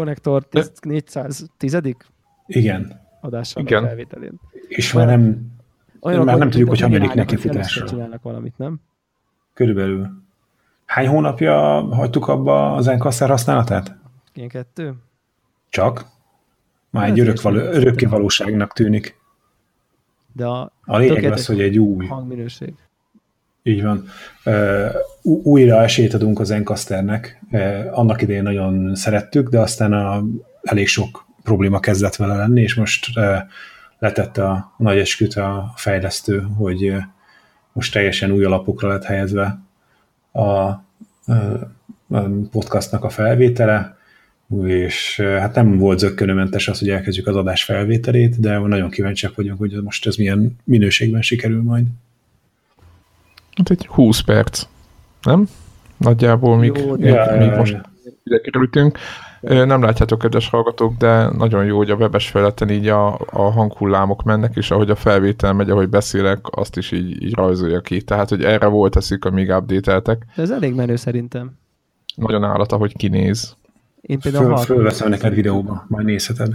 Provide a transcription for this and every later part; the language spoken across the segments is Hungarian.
konnektor 410. Igen. adással Igen. felvételén. És már nem tudjuk, hogy hanyadik nekifutásra. Csinálnak valamit, nem? Körülbelül. Hány hónapja hagytuk abba az Encaster használatát? Ilyen 2? Csak? Már Hát egy ez örökké valóságnak tűnik. De A lényeg az, hogy egy új hangminőség. Így van. Újra esélyt adunk az Encasternek. Annak idején nagyon szerettük, de aztán elég sok probléma kezdett vele lenni, és most letette a nagy esküt a fejlesztő, hogy most teljesen új alapokra lett helyezve a podcastnak a felvétele, és hát nem volt zökkenőmentes az, hogy elkezdjük az adás felvételét, de nagyon kíváncsiak vagyunk, hogy most ez milyen minőségben sikerül majd. Hát egy 20 perc, nem? Nagyjából még most ide kerültünk. Nem látjátok, kedves hallgatók, de nagyon jó, hogy a webes felületen így a hanghullámok mennek, és ahogy a felvétel megy, ahogy beszélek, azt is így rajzolja ki. Tehát, hogy erre volt eszik, amíg update-eltek. Ez elég menő szerintem. Nagyon állat, ahogy kinéz. Én például fölveszem neked videóba, majd nézheted.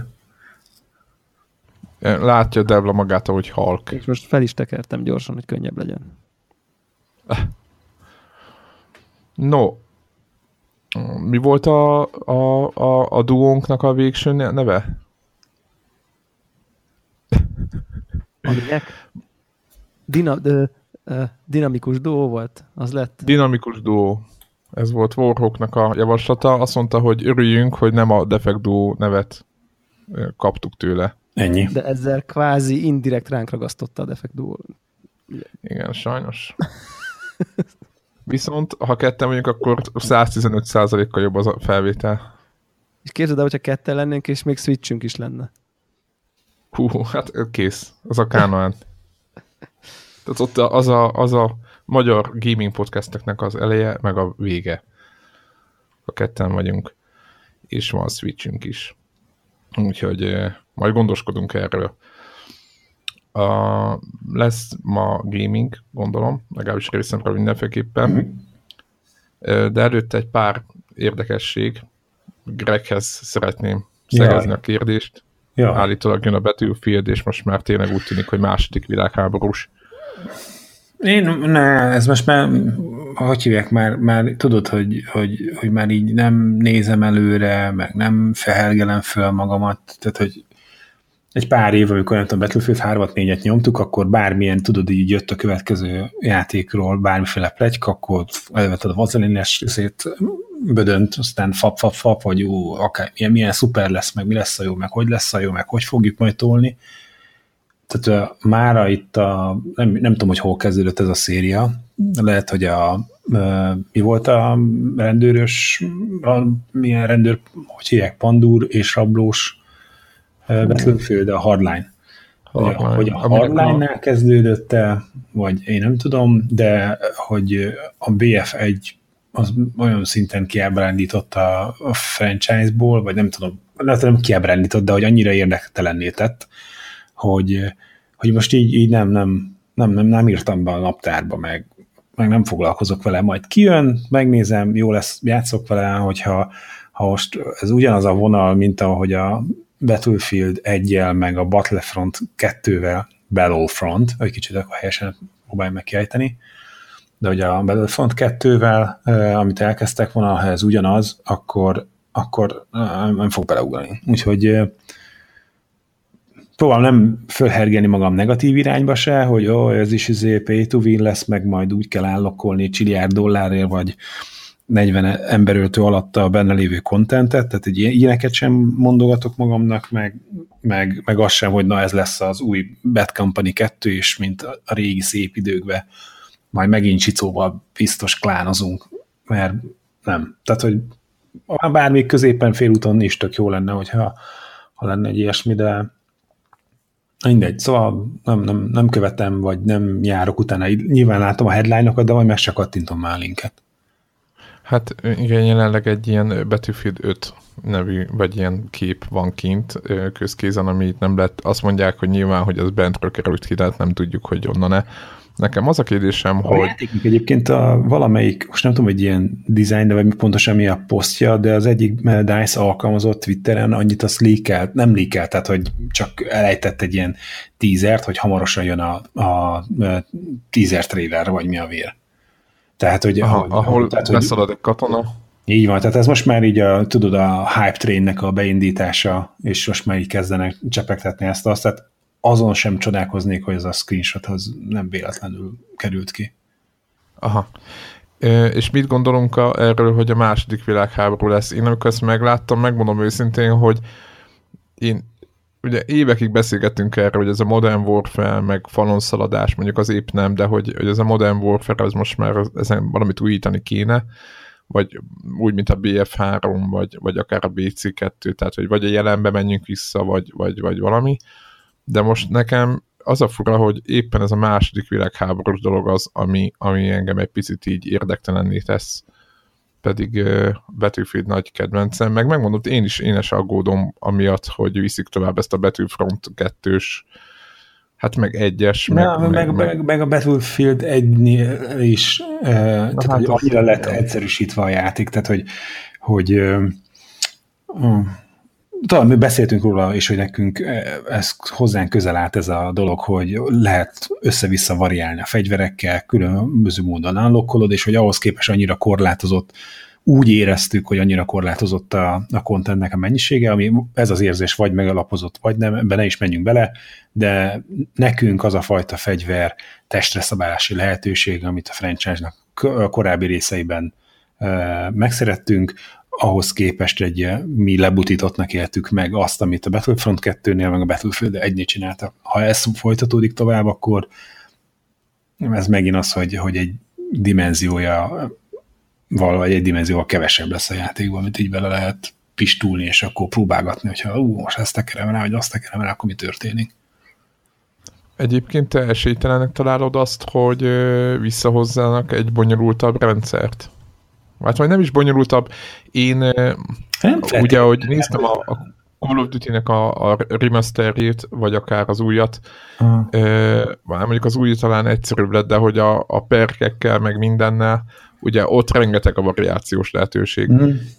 Látja Debla magát, ahogy halk. És most fel is tekertem gyorsan, hogy könnyebb legyen. No, mi volt a duónknak a végső neve? Aminek? Dinamikus duó volt, az lett. Dinamikus duó. Ez volt Warhawknak a javaslata. Azt mondta, hogy örüljünk, hogy nem a Defect Duo nevet kaptuk tőle. Ennyi. De ezzel kvázi indirekt ránk ragasztotta a Defect Duo. Igen, sajnos. Viszont, ha ketten vagyunk, akkor 115%-kal jobb az a felvétel. És képzeld el, hogyha ketten lennénk, és még switchünk is lenne. Hú, hát kész. Az a Kánaán. Tehát ott az a magyar gaming podcasteknek az eleje, meg a vége. A ketten vagyunk. És van switchünk is. Úgyhogy majd gondoskodunk erről. Lesz ma gaming, gondolom, legalábbis részemről mindenféleképpen. De előtte egy pár érdekesség. Greghez szeretném szegezni a kérdést. Ja. Állítólag jön a Battlefield, és most már tényleg úgy tűnik, hogy második világháborús. Ez most már, hogy hívják, már tudod, hogy már így nem nézem előre, meg nem fehelgelem föl magamat, tehát, hogy egy pár év, amikor nem tudom, Battlefield 3-at, 4-et nyomtuk, akkor bármilyen, tudod, így jött a következő játékról, bármiféle pletyka, akkor elővetted a vazelines bödönt, aztán fap, hogy akár milyen szuper lesz, meg mi lesz a jó, meg hogy fogjuk majd tolni. Tehát mára itt nem tudom, hogy hol kezdődött ez a széria. Lehet, hogy mi volt a rendőrös, milyen rendőr, hogy hívják, pandúr és rablós Battlefield, a Hardline. Hogy a Hardline-nál kezdődött vagy én nem tudom, de hogy a BF1 az olyan szinten kiábrándította a franchise-ból, vagy nem tudom, nem kiábrándított, de hogy annyira érdektelenné tett, hogy most így nem írtam be a naptárba, meg nem foglalkozok vele, majd kijön, megnézem, jó lesz, játszok vele, hogyha most ez ugyanaz a vonal, mint ahogy a Battlefield 1-jel, meg a Battlefront 2-vel, Battlefront, egy kicsit akkor helyesen próbálj meg kiejteni, de hogy a Battlefront 2-vel, amit elkezdtek volna, ha ez ugyanaz, akkor nem fog beleugrani. Úgyhogy próbálom nem fölhergelni magam negatív irányba se, hogy ez is pay to win lesz, meg majd úgy kell állokkolni $1 trillió vagy 40 emberöltő alatt a benne lévő contentet, tehát egy ilyeneket sem mondogatok magamnak, meg az sem, hogy na ez lesz az új Bad Company 2, és mint a régi szép időkben majd megint csicóval biztos klánozunk, mert nem. Tehát, hogy bármik középen félúton is tök jó lenne, hogyha lenne egy ilyesmi, de mindegy, szóval nem követem, vagy nem járok utána. Nyilván látom a headline-okat, de majd meg se kattintom már a linket. Hát igen, jelenleg egy ilyen Battlefield 5 nevű, vagy ilyen kép van kint közkézen, amit nem lehet, azt mondják, hogy nyilván, hogy az bentről került ki, tehát nem tudjuk, hogy onnan-e. Nekem az a kérdésem, hogy... A játéknak egyébként valamelyik, most nem tudom, hogy ilyen design, de vagy pontosan mi a posztja, de az egyik DICE alkalmazott Twitteren annyit azt leakelt, nem leakelt, tehát hogy csak elejtett egy ilyen teasert, hogy hamarosan jön a teaser trailer, vagy mi a vér. Tehát, hogy... ahol beszalad egy katona. Így van, tehát ez most már így tudod, a hype trainnek a beindítása, és most már így kezdenek csepegtetni ezt-azt, tehát azon sem csodálkoznék, hogy ez a screenshot az nem véletlenül került ki. Aha. És mit gondolunk erről, hogy a második világháború lesz? Én amikor ezt megláttam, megmondom őszintén, hogy én ugye évekig beszélgettünk erről, hogy ez a Modern Warfare, meg falonszaladás, mondjuk az épp nem, de hogy ez a Modern Warfare, az most már ezen valamit újítani kéne, vagy úgy, mint a BF3, vagy akár a BC2, tehát hogy vagy a jelenbe menjünk vissza, vagy valami. De most nekem az a fura, hogy éppen ez a második világháborús dolog az, ami engem egy picit így érdektelenné tesz. Pedig Battlefield nagy kedvencem, meg megmondom, én is aggódom amiatt, hogy viszik tovább ezt a Battlefront 2-s, hát meg 1-es, meg a Battlefield 1-nél is tehát, hát annyira lett egyszerűsítve a játék, tehát hogy talán mi beszéltünk róla, és hogy nekünk ez hozzánk közel állt ez a dolog, hogy lehet össze-vissza variálni a fegyverekkel, különböző módon unlockolod, és hogy ahhoz képest annyira korlátozott, úgy éreztük, hogy annyira korlátozott a contentnek a mennyisége, ami ez az érzés vagy megalapozott, vagy nem, ebben ne is menjünk bele, de nekünk az a fajta fegyver testre szabálási lehetőség, amit a franchise-nak korábbi részeiben megszerettünk, ahhoz képest mi lebutítottnak éltük meg azt, amit a Battlefront 2-nél, meg a Battlefield 1-nél csináltak. Ha ez folytatódik tovább, akkor ez megint az, hogy egy dimenziója valahogy egy dimenzióval kevesebb lesz a játékban, amit így bele lehet pistulni, és akkor próbálgatni, hogyha most ezt tekerem rá, vagy azt tekerem rá, akkor mi történik. Egyébként te esélytelenek találod azt, hogy visszahozzának egy bonyolultabb rendszert? Hát majd nem is bonyolultabb. Én ugye, ahogy néztem a Call of Duty-nek a remasterjét, vagy akár az újat, mondjuk az új talán egyszerűbb lett, de hogy a perkekkel, meg mindennel, ugye ott rengeteg a variációs lehetőség.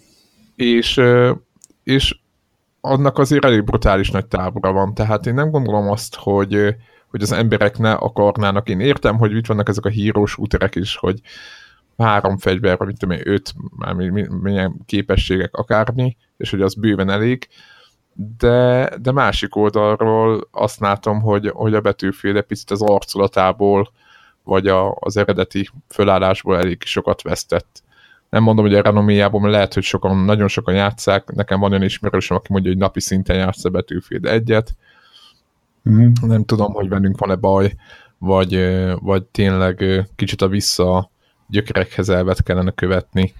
És annak azért elég brutális nagy tábora van, tehát én nem gondolom azt, hogy az emberek ne akarnának. Én értem, hogy itt vannak ezek a hírós úterek is, hogy 3 fegyver, vagy tudom én, 5 milyen képességek akármi, és hogy az bőven elég, de másik oldalról azt látom, hogy a Battlefield egy picit az arculatából, vagy az eredeti fölállásból elég sokat vesztett. Nem mondom, hogy a renoméjából, mert lehet, hogy nagyon sokan játsszák. Nekem van olyan ismerősöm, aki mondja, hogy napi szinten játsz a Battlefield 1-et. Nem tudom, hogy bennünk van-e baj, vagy tényleg kicsit a vissza gyökerekhez elvet kellene követni.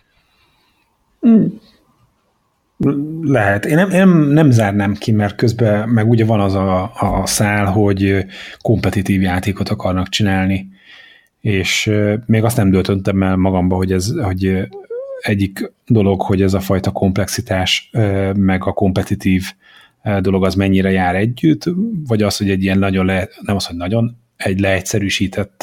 Lehet. Én nem zárnám ki, mert közben meg ugye van az a szál, hogy kompetitív játékot akarnak csinálni, és még azt nem döltöttem el magamba, hogy egyik dolog, hogy ez a fajta komplexitás, meg a kompetitív dolog az mennyire jár együtt, vagy az, hogy egy ilyen nagyon, nem az, hogy nagyon, egy leegyszerűsített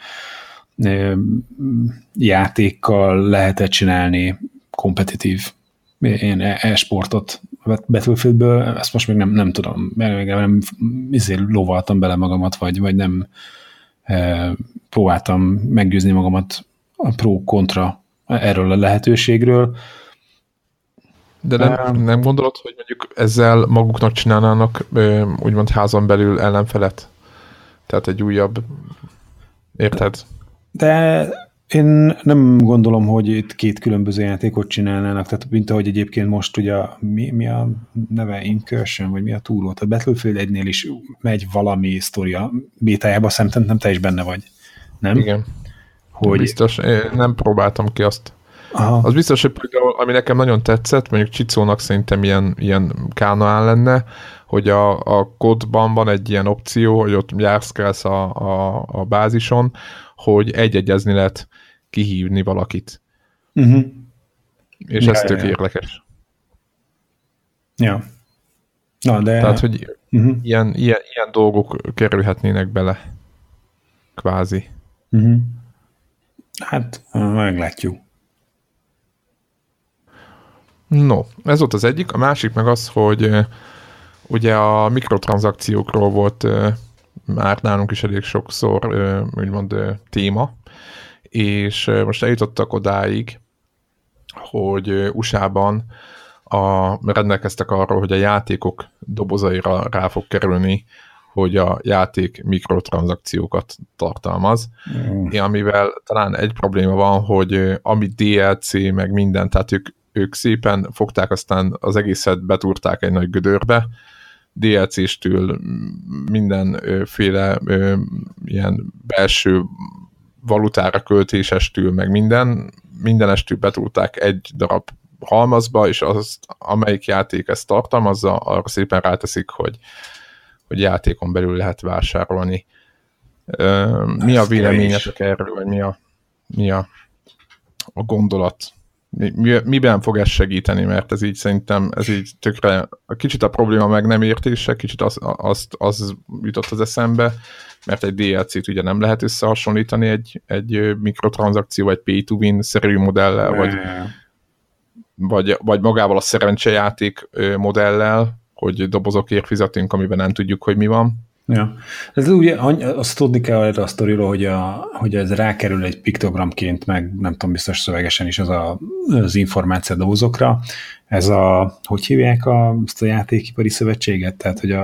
játékkal lehet csinálni kompetitív ilyen e-sportot Battlefieldből, ezt most még nem tudom, nem lovaltam bele magamat, vagy nem próbáltam meggyőzni magamat a pro-kontra erről a lehetőségről. De nem gondolod, hogy mondjuk ezzel maguknak csinálnának úgymond házon belül ellenfelet? Tehát egy újabb, érted? De én nem gondolom, hogy itt 2 különböző játékot csinálnának, tehát mint ahogy egyébként most ugye mi a neve, Incursion, vagy mi a túló, tehát Battlefield 1-nél is megy valami sztoria bétájában, szerintem nem te is benne vagy, nem? Igen. Hogy... Biztos, én nem próbáltam ki azt. Aha. Az biztos, hogy például, ami nekem nagyon tetszett, mondjuk Csicónak szerintem ilyen kánoán lenne, hogy a COD-ban van egy ilyen opció, hogy ott járszkálsz a bázison, hogy egy-egyezni lehet kihívni valakit. És ez tök érdekes. Ja. Na, de... Tehát, hogy ilyen dolgok kerülhetnének bele. Kvázi. Hát, meglátjuk. No, ez volt az egyik. A másik meg az, hogy ugye a mikrotranszakciókról volt már nálunk is elég sokszor úgymond téma, és most eljutottak odáig, hogy USA-ban rendelkeztek arról, hogy a játékok dobozaira rá fog kerülni, hogy a játék mikrotranszakciókat tartalmaz, amivel talán egy probléma van, hogy ami DLC, meg minden, tehát ők szépen fogták, aztán az egészet betúrták egy nagy gödörbe, DLC-stől mindenféle ilyen belső valutára költésestől, meg mindenestől betúrták egy darab halmazba, és az, amelyik játék ezt tartalmazza, arra szépen ráteszik, hogy játékon belül lehet vásárolni. Mi a véleményetek erről, vagy mi a az miben fog ez segíteni, mert ez így szerintem, ez így tökre, kicsit a probléma meg nem értése, kicsit az jutott az eszembe, mert egy DLC-t ugye nem lehet összehasonlítani egy mikrotranszakció, vagy pay-to-win-szerű modellel, vagy magával a szerencsejáték modellel, hogy dobozokért fizetünk, amiben nem tudjuk, hogy mi van. Ja. Ez ugye, azt tudni kell erre a sztoriról, hogy ez rákerül egy piktogramként, meg nem tudom, biztos szövegesen is az információ dobozokra. Ez hogy hívják ezt a játékipari szövetséget? Tehát, hogy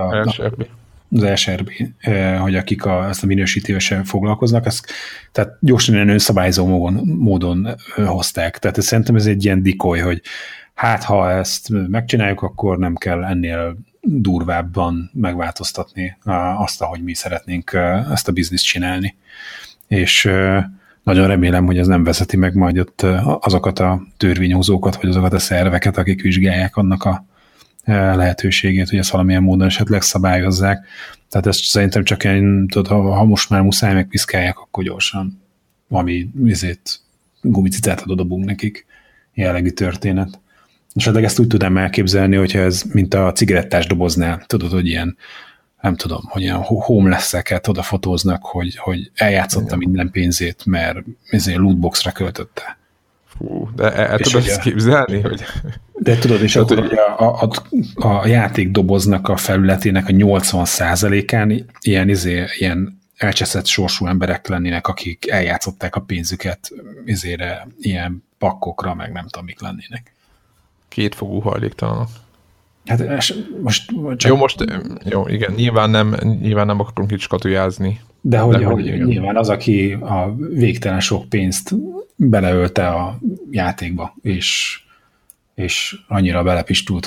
az SRB, hogy akik ezt a minősítéssel foglalkoznak, tehát gyorsan ilyen önszabályzó módon hozták. Tehát szerintem ez egy ilyen dikoly, hogy hát ha ezt megcsináljuk, akkor nem kell ennél durvábban megváltoztatni azt, ahogy mi szeretnénk ezt a bizniszt csinálni. És nagyon remélem, hogy ez nem vezeti meg majd ott azokat a törvényhozókat, vagy azokat a szerveket, akik vizsgálják annak a lehetőségét, hogy ezt valamilyen módon esetleg szabályozzák. Tehát ezt szerintem csak ha most már muszáj megpiszkálják, akkor gyorsan valami gumicicát dobunk nekik, jellegű történet. Esetleg ezt úgy tudnám elképzelni, hogyha ez mint a cigarettás doboznál, tudod, hogy ilyen, nem tudom, hogy ilyen homeless-eket odafotóznak, hogy eljátszotta minden pénzét, mert lootboxra költötte. Fú, de el tudod ezt képzelni? Hogy... De tudod, és akkor hogy a játékdoboznak a felületének a 80%-án ilyen elcseszett sorsú emberek lennének, akik eljátszották a pénzüket ilyen pakkokra, meg nem tudom, mik lennének. Kétfogú hajléktalanok. Hát most csak... Jó, igen, nyilván nem akarunk itt skatujázni. De hogy nyilván az, aki a végtelen sok pénzt beleölte a játékba, és annyira belepistult,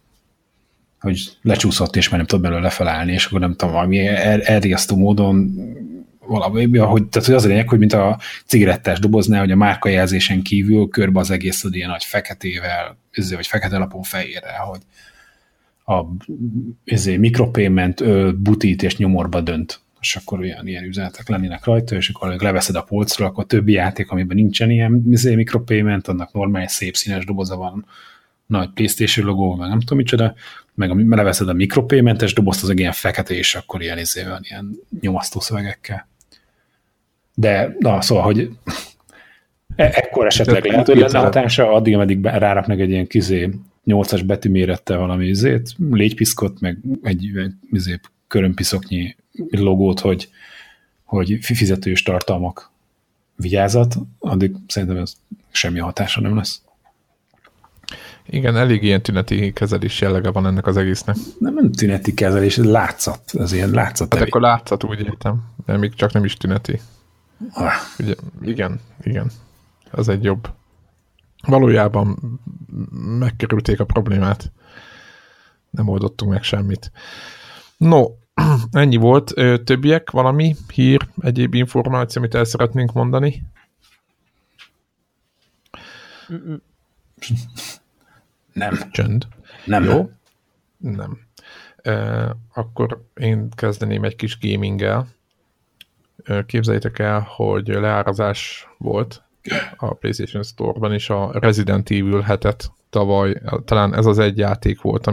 hogy lecsúszott, és már nem tud belőle felállni, és akkor nem tudom, valami elriasztó módon valami, tehát az a lényeg, hogy mint a cigarettás doboznál, hogy a márkajelzésen kívül körbe az egész ilyen nagy feketével, vagy fekete lapon fejére, hogy a mikropayment butít és nyomorba dönt, és akkor ilyen üzenetek lennének rajta, és akkor leveszed a polcról, akkor többi játék, amiben nincsen ilyen mikropayment, annak normális szép színes doboza van, nagy PlayStation logó, meg nem tudom micsoda, meg leveszed a mikropaymentes dobozt, az egy ilyen fekete, és akkor ilyen nyomasztó szövegekkel. De, szóval, hogy ekkor esetleg lehet, hogy lenne hatása, addig, ameddig ráraknak egy ilyen 8-as betűmérettel valami légypiszkot, meg egy körömpiszoknyi logót, hogy fizetős tartalmak vigyázat, addig szerintem ez semmi hatása nem lesz. Igen, elég ilyen tüneti kezelés jellege van ennek az egésznek. Nem tüneti kezelés, ez látszat. Ez ilyen látszat. Hát akkor látszat, úgy értem. De még csak nem is tüneti. Ugye, igen. Az egy jobb. Valójában megkerülték a problémát. Nem oldottunk meg semmit. No, ennyi volt. Többiek, valami hír, egyéb információ, amit el szeretnénk mondani? Nem. Csönd. Nem. Jó? Nem. Akkor én kezdeném egy kis gaminggel. Képzeljétek el, hogy leárazás volt a PlayStation Store-ban, és a Resident Evil 7-et tavaly, talán ez az egy játék volt,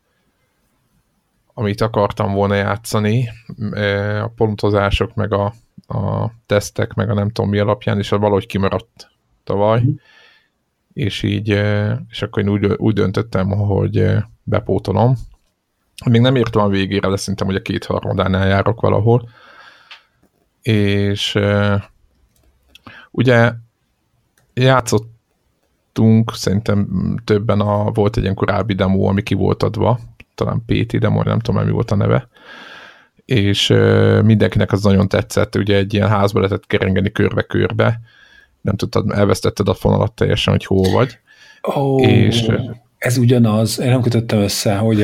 amit akartam volna játszani. A pontozások meg a a tesztek, meg a nem tudom mi alapján, és valahogy kimaradt tavaly, és így, és akkor én úgy döntöttem, hogy bepótolom. Még nem értem a végére, de szerintem, hogy a 2/3-ánál járok valahol. És ugye játszottunk, szerintem többen volt egy ilyen korábbi demo, ami ki volt adva, talán PT demo, nem tudom, mi volt a neve, és mindenkinek az nagyon tetszett, ugye egy ilyen házba lehetett kerengeni körbe-körbe, nem tudtad, elvesztetted a fonalat teljesen, hogy hol vagy. És ez ugyanaz, én nem kötöttem össze, hogy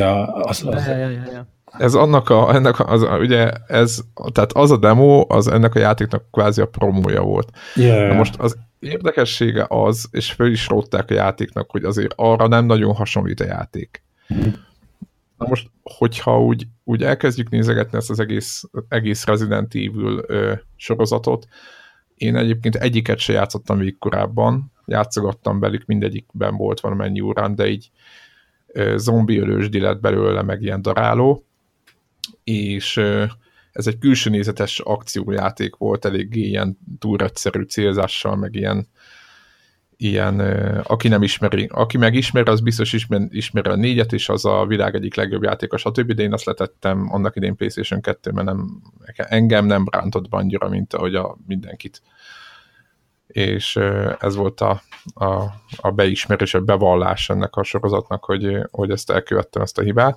ez ugye tehát az a demo, az ennek a játéknak kvázi a promója volt. Na most az érdekessége az, és föl is rótták a játéknak, hogy azért arra nem nagyon hasonlít a játék. Na most, hogyha úgy elkezdjük nézegetni ezt az egész Resident Evil sorozatot, én egyébként egyiket se játszottam végig korábban, játszogattam velük, mindegyikben volt valamennyi órán, de így zombiölősdi lett belőle, meg ilyen daráló, és ez egy külső nézetes akciójáték volt, eléggé ilyen túlegyszerű célzással, meg ilyen aki nem ismeri, aki megismeri, az biztos ismeri a 4-et, és az a világ egyik legjobb játéka, stb. De én azt letettem annak idén PlayStation 2, mert engem nem rántott be annyira, mint ahogy mindenkit. És ez volt a beismerés, a bevallás ennek a sorozatnak, hogy ezt elkövettem, ezt a hibát.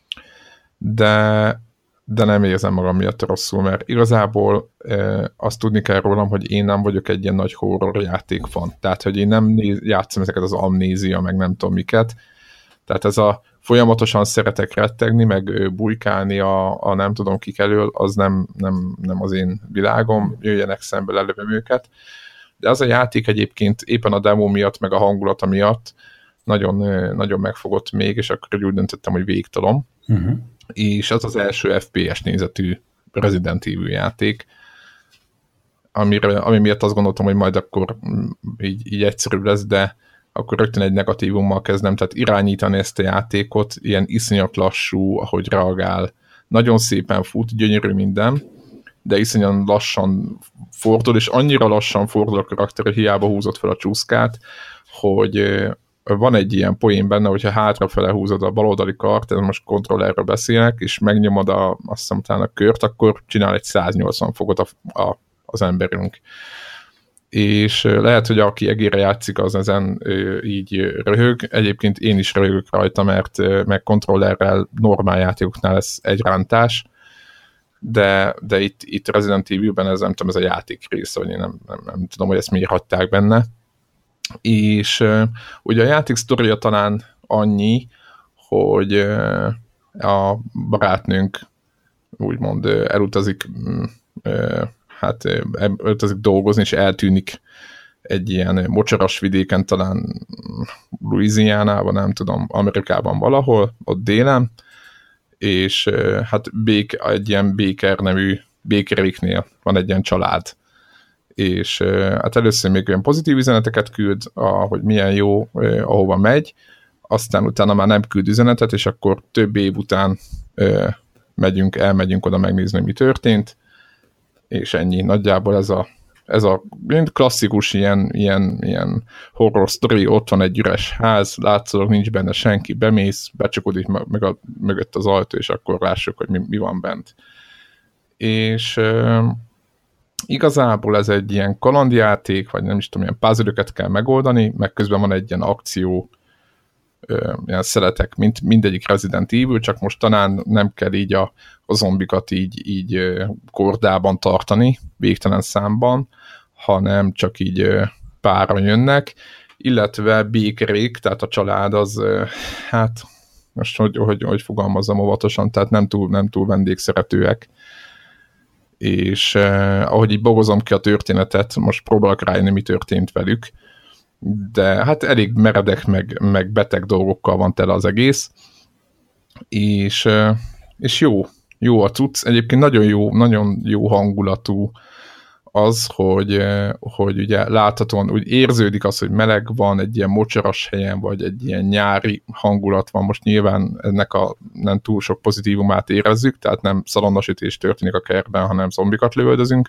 De nem érzem magam miatt rosszul, mert igazából azt tudni kell rólam, hogy én nem vagyok egy ilyen nagy horror játékfan. Tehát, hogy én nem játszom ezeket az amnézia, meg nem tudom miket. Tehát ez a folyamatosan szeretek rettegni, meg bujkálni a nem tudom kik elől, az nem az én világom, jöjjenek szembe, lelövöm őket. De az a játék egyébként éppen a demo miatt, meg a hangulata miatt nagyon, nagyon megfogott még, és akkor úgy döntöttem, hogy végigtolom. És az az első FPS nézetű Resident Evil játék, ami miatt azt gondoltam, hogy majd akkor így egyszerűbb lesz, de akkor rögtön egy negatívummal kezdem, tehát irányítani ezt a játékot, ilyen iszonyat lassú, ahogy reagál, nagyon szépen fut, gyönyörű minden, de iszonyat lassan fordul, és annyira lassan fordul a karakter, hogy hiába húzott fel a csúszkát, hogy van egy ilyen poén benne, hogyha hátrafele húzod a baloldali kart, ez most kontrollerről beszélek, és megnyomod azt hiszem utána a kört, akkor csinál egy 180 fokot az emberünk. És lehet, hogy aki egére játszik, az ezen így röhög. Egyébként én is röhögök rajta, mert meg kontrollerrel normál játékoknál ez egy rántás, de itt Resident Evil-ben ez nem tudom, ez a játék része, hogy én nem tudom, hogy ezt miért hagyták benne. És ugye a játék sztoria talán annyi, hogy a barátnőnk úgymond elutazik dolgozni, és eltűnik egy ilyen mocsaras vidéken, talán Louisianában, nem tudom, Amerikában valahol, ott délen, és hát egy ilyen Baker nevű Bakeréknél van egy ilyen család, és hát először még olyan pozitív üzeneteket küld, hogy milyen jó, ahova megy, aztán utána már nem küld üzenetet, és akkor több év után elmegyünk oda megnézni, mi történt, és ennyi. Nagyjából ez a klasszikus ilyen horror sztori, ott van egy üres ház, látszólag nincs benne senki, bemész, becsukodik mögött az ajtó, és akkor lássuk, hogy mi van bent. És igazából ez egy ilyen kalandjáték, vagy nem is tudom, ilyen puzzle-öket kell megoldani, meg közben van egy ilyen akció, ilyen szeletek, mint mindegyik Resident Evil, csak most talán nem kell így a zombikat így kordában tartani, végtelen számban, hanem csak így páran jönnek, illetve Bakerék, tehát a család az, hát most hogy fogalmazzam óvatosan, tehát nem túl vendégszeretőek, és ahogy így bogozom ki a történetet, most próbálok rájönni, mi történt velük, de hát elég meredek, meg beteg dolgokkal van tele az egész, és jó a cucc, egyébként nagyon jó hangulatú, az, hogy ugye láthatóan úgy érződik az, hogy meleg van, egy ilyen mocsaras helyen, vagy egy ilyen nyári hangulat van. Most nyilván ennek a nem túl sok pozitívumát érezzük, tehát nem szalonnasütés történik a kertben, hanem zombikat lövöldözünk.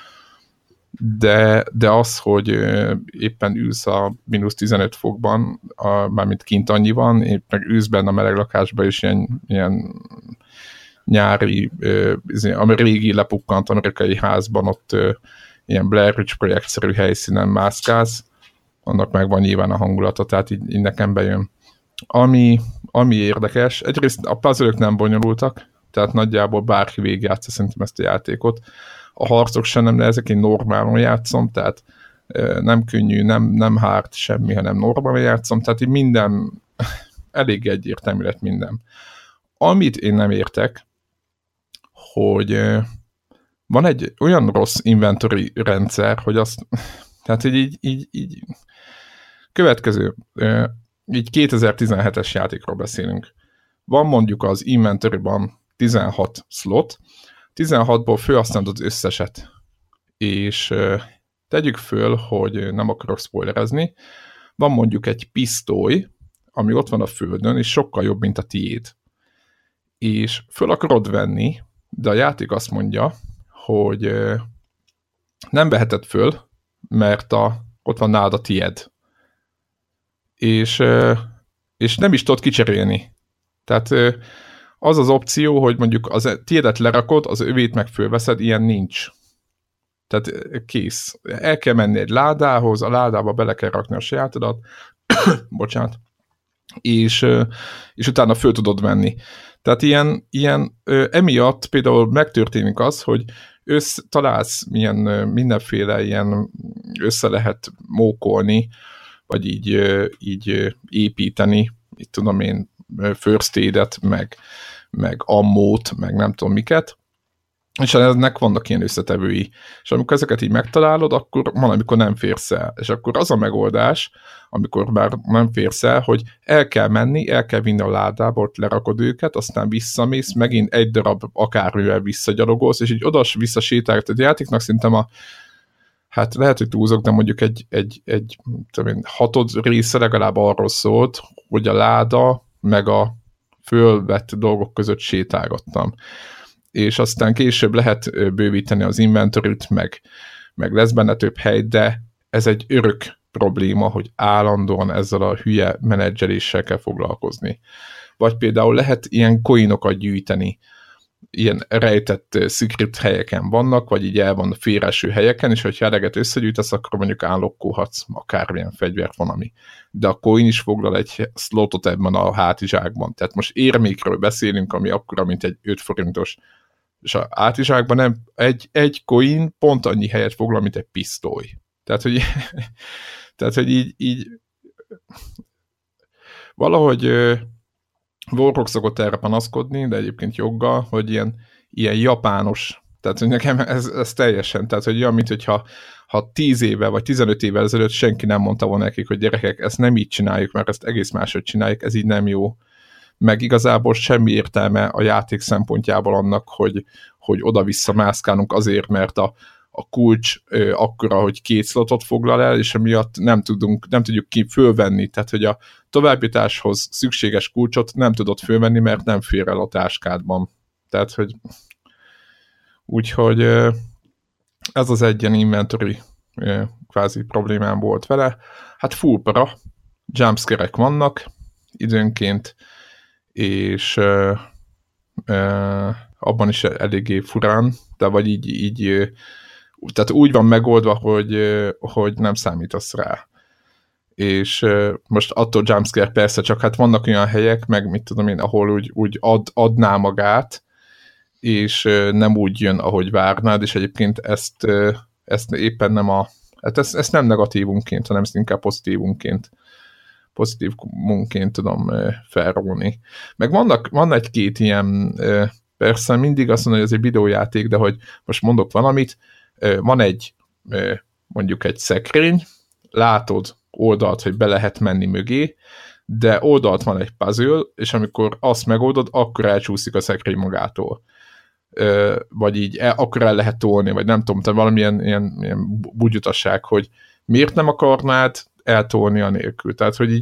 De az, hogy éppen ülsz a -15 fokban, mármint kint annyi van, éppen ülsz benne a meleg lakásban, és ilyen nyári, ami régi lepukkant amerikai házban, ott ilyen Blair Witch projektszerű helyszínen mászkálsz, annak meg van nyilván a hangulata, tehát így nekem bejön. Ami érdekes, egyrészt a puzzle-ök nem bonyolultak, tehát nagyjából bárki végigjátsza szerintem ezt a játékot. A harcok sem nem nehezek, én normálon játszom, tehát nem könnyű, nem hard semmi, hanem normálon játszom, tehát így minden, elég egyértelmű lett minden. Amit én nem értek, hogy van egy olyan rossz inventory rendszer, hogy azt, tehát így következő, így 2017-es játékról beszélünk. Van mondjuk az inventoryban 16 slot, 16-ból felhasználod az összeset, és tegyük föl, hogy nem akarok spoilerezni, van mondjuk egy pisztoly, ami ott van a földön, és sokkal jobb, mint a tiéd. És föl akarod venni, de a játék azt mondja, hogy nem veheted föl, mert ott van nálad a tied. És nem is tudod kicserélni. Tehát az az opció, hogy mondjuk az tiédet lerakod, az övét meg fölveszed, ilyen nincs. Tehát kész. El kell menni egy ládához, a ládába bele kell rakni a sajátodat, bocsánat, és utána föl tudod venni. Tehát ilyen emiatt például megtörténik az, hogy találsz mindenféle ilyen össze lehet mókolni, vagy így építeni, itt tudom én, first aid-et, meg ammót, meg nem tudom miket, és ennek vannak ilyen összetevői. És amikor ezeket így megtalálod, akkor van, amikor nem férsz el. És akkor az a megoldás, amikor már nem férsz el, hogy el kell menni, el kell vinni a ládába, ott lerakod őket, aztán visszamész, megint egy darab akármivel visszagyalogolsz, és így oda-vissza sétálsz. A játéknak szerintem hát lehet, hogy túlzok, de mondjuk egy 6. része legalább arról szólt, hogy a láda meg a fölvett dolgok között sétálgattam. És aztán később lehet bővíteni az inventoryt, meg lesz benne több hely, de ez egy örök probléma, hogy állandóan ezzel a hülye menedzseléssel kell foglalkozni. Vagy például lehet ilyen coinokat gyűjteni, ilyen rejtett secret helyeken vannak, vagy így el van félreeső helyeken, és hogyha eleget összegyűjtesz, akkor mondjuk állokkolhatsz akármilyen fegyvert van, ami. De a coin is foglal egy slotot ebben a hátizsákban. Tehát most érmékről beszélünk, ami akkora, mint egy 5 forintos, és a hátizsákban nem, egy coin pont annyi helyet foglal, mint egy pisztoly. Tehát, hogy így valahogy Warhawk szokott erre panaszkodni, de egyébként joggal, hogy ilyen japános, tehát hogy nekem ez teljesen, tehát hogy olyan, mint hogyha 10 éve vagy 15 évvel ezelőtt senki nem mondta volna nekik, hogy gyerekek, ezt nem így csináljuk, mert ezt egész máshogy csináljuk, ez így nem jó. Meg igazából semmi értelme a játék szempontjából annak, hogy oda-vissza mászkálunk azért, mert a kulcs akkora, hogy 2 slotot foglal el, és emiatt nem tudjuk ki fölvenni, tehát hogy a továbbjutáshoz szükséges kulcsot nem tudod fölvenni, mert nem fér el a táskádban. Tehát, hogy úgyhogy ez az egy ilyen inventory kvázi problémám volt vele. Hát full para, jumpscare-ek vannak időnként, és abban is eléggé furán, de vagy így tehát úgy van megoldva, hogy nem számítasz rá. És most attól jumpscare persze, csak hát vannak olyan helyek, meg mit tudom én, ahol úgy adná magát, és nem úgy jön, ahogy várnád, és egyébként ezt éppen nem hát ezt nem negatívunként, hanem ezt inkább pozitívunként tudom felrólni. Meg van egy-két ilyen, persze mindig azt mondom, hogy ez egy videójáték, de hogy most mondok valamit, van mondjuk egy szekrény, látod oldalt, hogy be lehet menni mögé, de oldalt van egy puzzle, és amikor azt megoldod, akkor elcsúszik a szekrény magától. vagy így akkor el lehet tolni, vagy nem tudom, tehát valamilyen ilyen bugyutasság, hogy miért nem akarnád eltolni anélkül. Tehát, hogy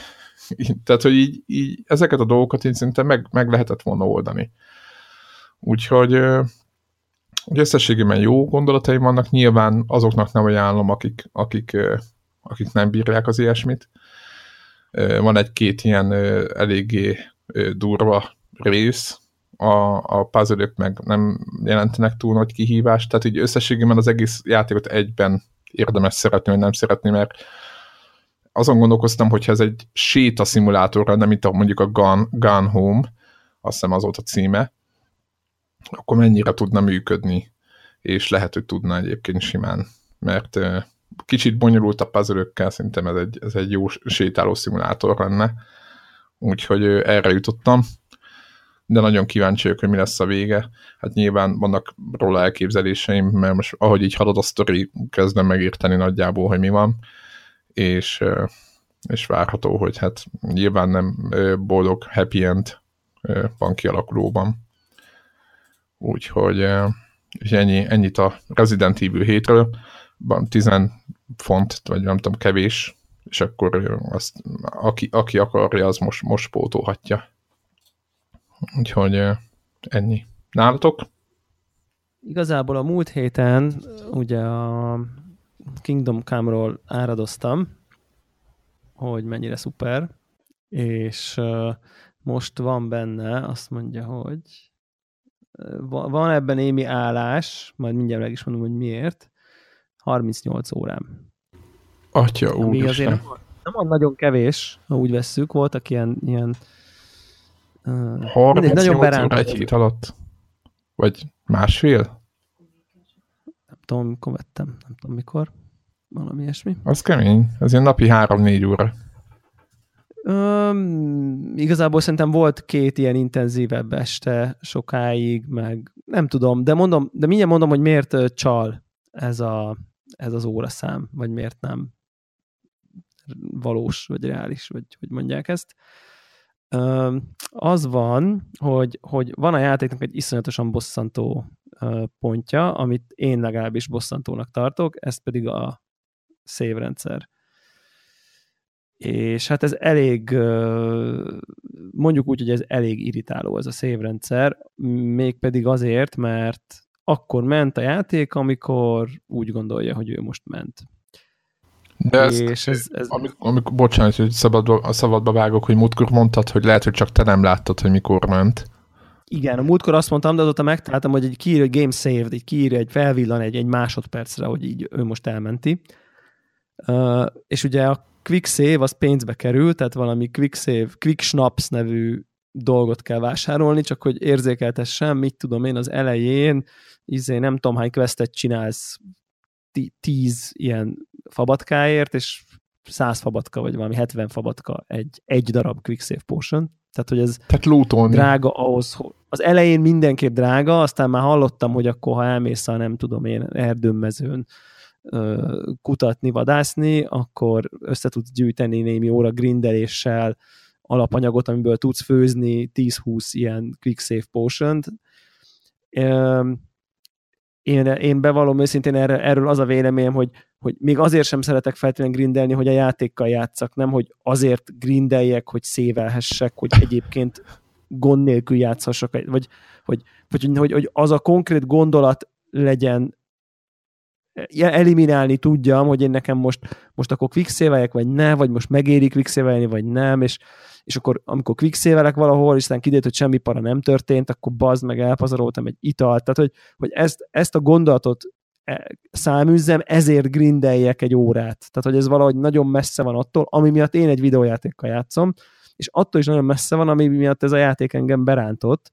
így ezeket a dolgokat így szinte meg lehetett volna oldani. Úgyhogy összességében jó gondolataim vannak, nyilván azoknak nem ajánlom, akik nem bírják az ilyesmit. Van egy-két ilyen eléggé durva rész, a puzzle-ök meg nem jelentenek túl nagy kihívást, tehát így összességében az egész játékot egyben érdemes szeretni, vagy nem szeretni, mert azon gondolkoztam, hogyha ez egy sétaszimulátor lenne, mint mondjuk a Gone Home, azt hiszem az volt a címe, akkor mennyire tudna működni, és lehet, hogy tudna egyébként simán, mert kicsit bonyolult a puzzle-ökkel, szerintem ez egy jó sétáló szimulátor lenne, úgyhogy erre jutottam, de nagyon kíváncsi vagyok, hogy mi lesz a vége. Hát nyilván vannak róla elképzeléseim, mert most ahogy így halad a sztori, kezdem megérteni nagyjából, hogy mi van, és várható, hogy hát nyilván nem boldog happy end van kialakulóban. Úgyhogy ennyit a Resident Evil 7-ről, 10 font, vagy nem tudom, kevés, és akkor azt, aki akarja, az most pótolhatja. Úgyhogy ennyi. Nálatok? Igazából a múlt héten ugye a Kingdom Come-ról áradoztam, hogy mennyire szuper, és most van benne, azt mondja, hogy van ebben némi állás, majd mindjárt meg is mondom, hogy miért, 38 órám. Atya, ami azért nem van nagyon kevés, ha úgy vesszük, voltak ilyen 38 óra egy hét alatt? Vagy másfél? Nem tudom, mikor vettem, nem tudom mikor. Valami ilyesmi. Az kemény, ez ilyen napi 3-4 óra. Igazából szerintem volt 2 ilyen intenzívebb este sokáig, meg nem tudom, de mindjárt mondom, hogy miért csal ez az óraszám, vagy miért nem valós, vagy reális, vagy hogy mondják ezt. Az van, hogy van a játéknak egy iszonyatosan bosszantó pontja, amit én legalábbis bosszantónak tartok, ez pedig a save rendszer. És hát ez elég, mondjuk úgy, hogy ez elég irritáló ez a save rendszer, mégpedig azért, mert akkor ment a játék, amikor úgy gondolja, hogy ő most ment. De ez... Amikor, bocsánat, hogy szabadba vágok, hogy múltkor mondtad, hogy lehet, hogy csak te nem láttad, hogy mikor ment. Igen, a múltkor azt mondtam, de azóta megtaláltam, hogy kiírja, hogy game saved, így kiírja, felvillan egy másodpercre, hogy így ő most elmenti. És ugye a quick save az pénzbe kerül, tehát valami quick save, quick schnapps nevű dolgot kell vásárolni, csak hogy érzékeltessem, mit tudom én az elején, nem tudom hány questet csinálsz 10 ilyen fabatkáért, és 100 fabatka, vagy valami 70 fabatka egy darab quick save potion. Tehát, hogy ez drága ahhoz, az elején mindenképp drága, aztán már hallottam, hogy akkor, ha elmész a nem tudom én erdőmezőn kutatni, vadászni, akkor össze tudsz gyűjteni némi óra grindeléssel alapanyagot, amiből tudsz főzni 10-20 ilyen quick save potion-t. Én bevallom őszintén erről az a véleményem, hogy még azért sem szeretek feltétlenül grindelni, hogy a játékkal játszak, nem, hogy azért grindeljek, hogy szévelhessek, hogy egyébként gond nélkül játszhassak, vagy az a konkrét gondolat legyen, eliminálni tudjam, hogy én nekem most akkor quick save-eljek, vagy ne, vagy most megéri quick save-elni, vagy nem, és akkor amikor quick save-elek valahol, és aztán kiderült, hogy semmi para nem történt, akkor bazd meg, elpazaroltam egy italt. Tehát, hogy ezt a gondolatot száműzzem, ezért grindeljek egy órát. Tehát, hogy ez valahogy nagyon messze van attól, ami miatt én egy videójátékkal játszom, és attól is nagyon messze van, ami miatt ez a játék engem berántott.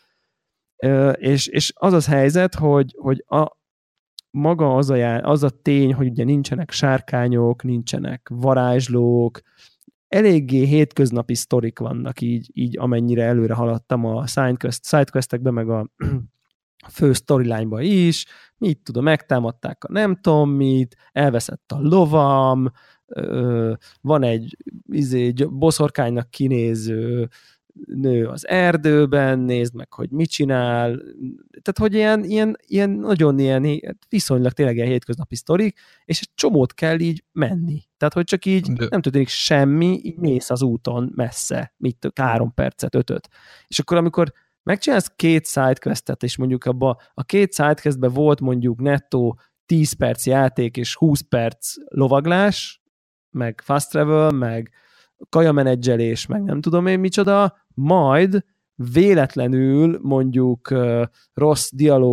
És az helyzet, hogy maga az a tény, hogy ugye nincsenek sárkányok, nincsenek varázslók, eléggé hétköznapi sztorik vannak így amennyire előre haladtam a sidequestekben, meg a fő storyline-ba is, mit tudom, megtámadták a nem tudom mit, elveszett a lovam, van egy boszorkánynak kinéző nő az erdőben, nézd meg, hogy mit csinál, tehát, hogy ilyen nagyon ilyen viszonylag tényleg ilyen hétköznapi sztorik, és egy csomót kell így menni. Tehát, hogy csak így nem történik semmi, így mész az úton messze, 3 percet, 5-öt. És akkor, amikor megcsinálsz 2 sidequestet, és mondjuk abban a 2 sidequestben volt mondjuk nettó 10 perc játék, és 20 perc lovaglás, meg fast travel, meg kajamenedzselés, meg nem tudom én micsoda, majd véletlenül mondjuk rossz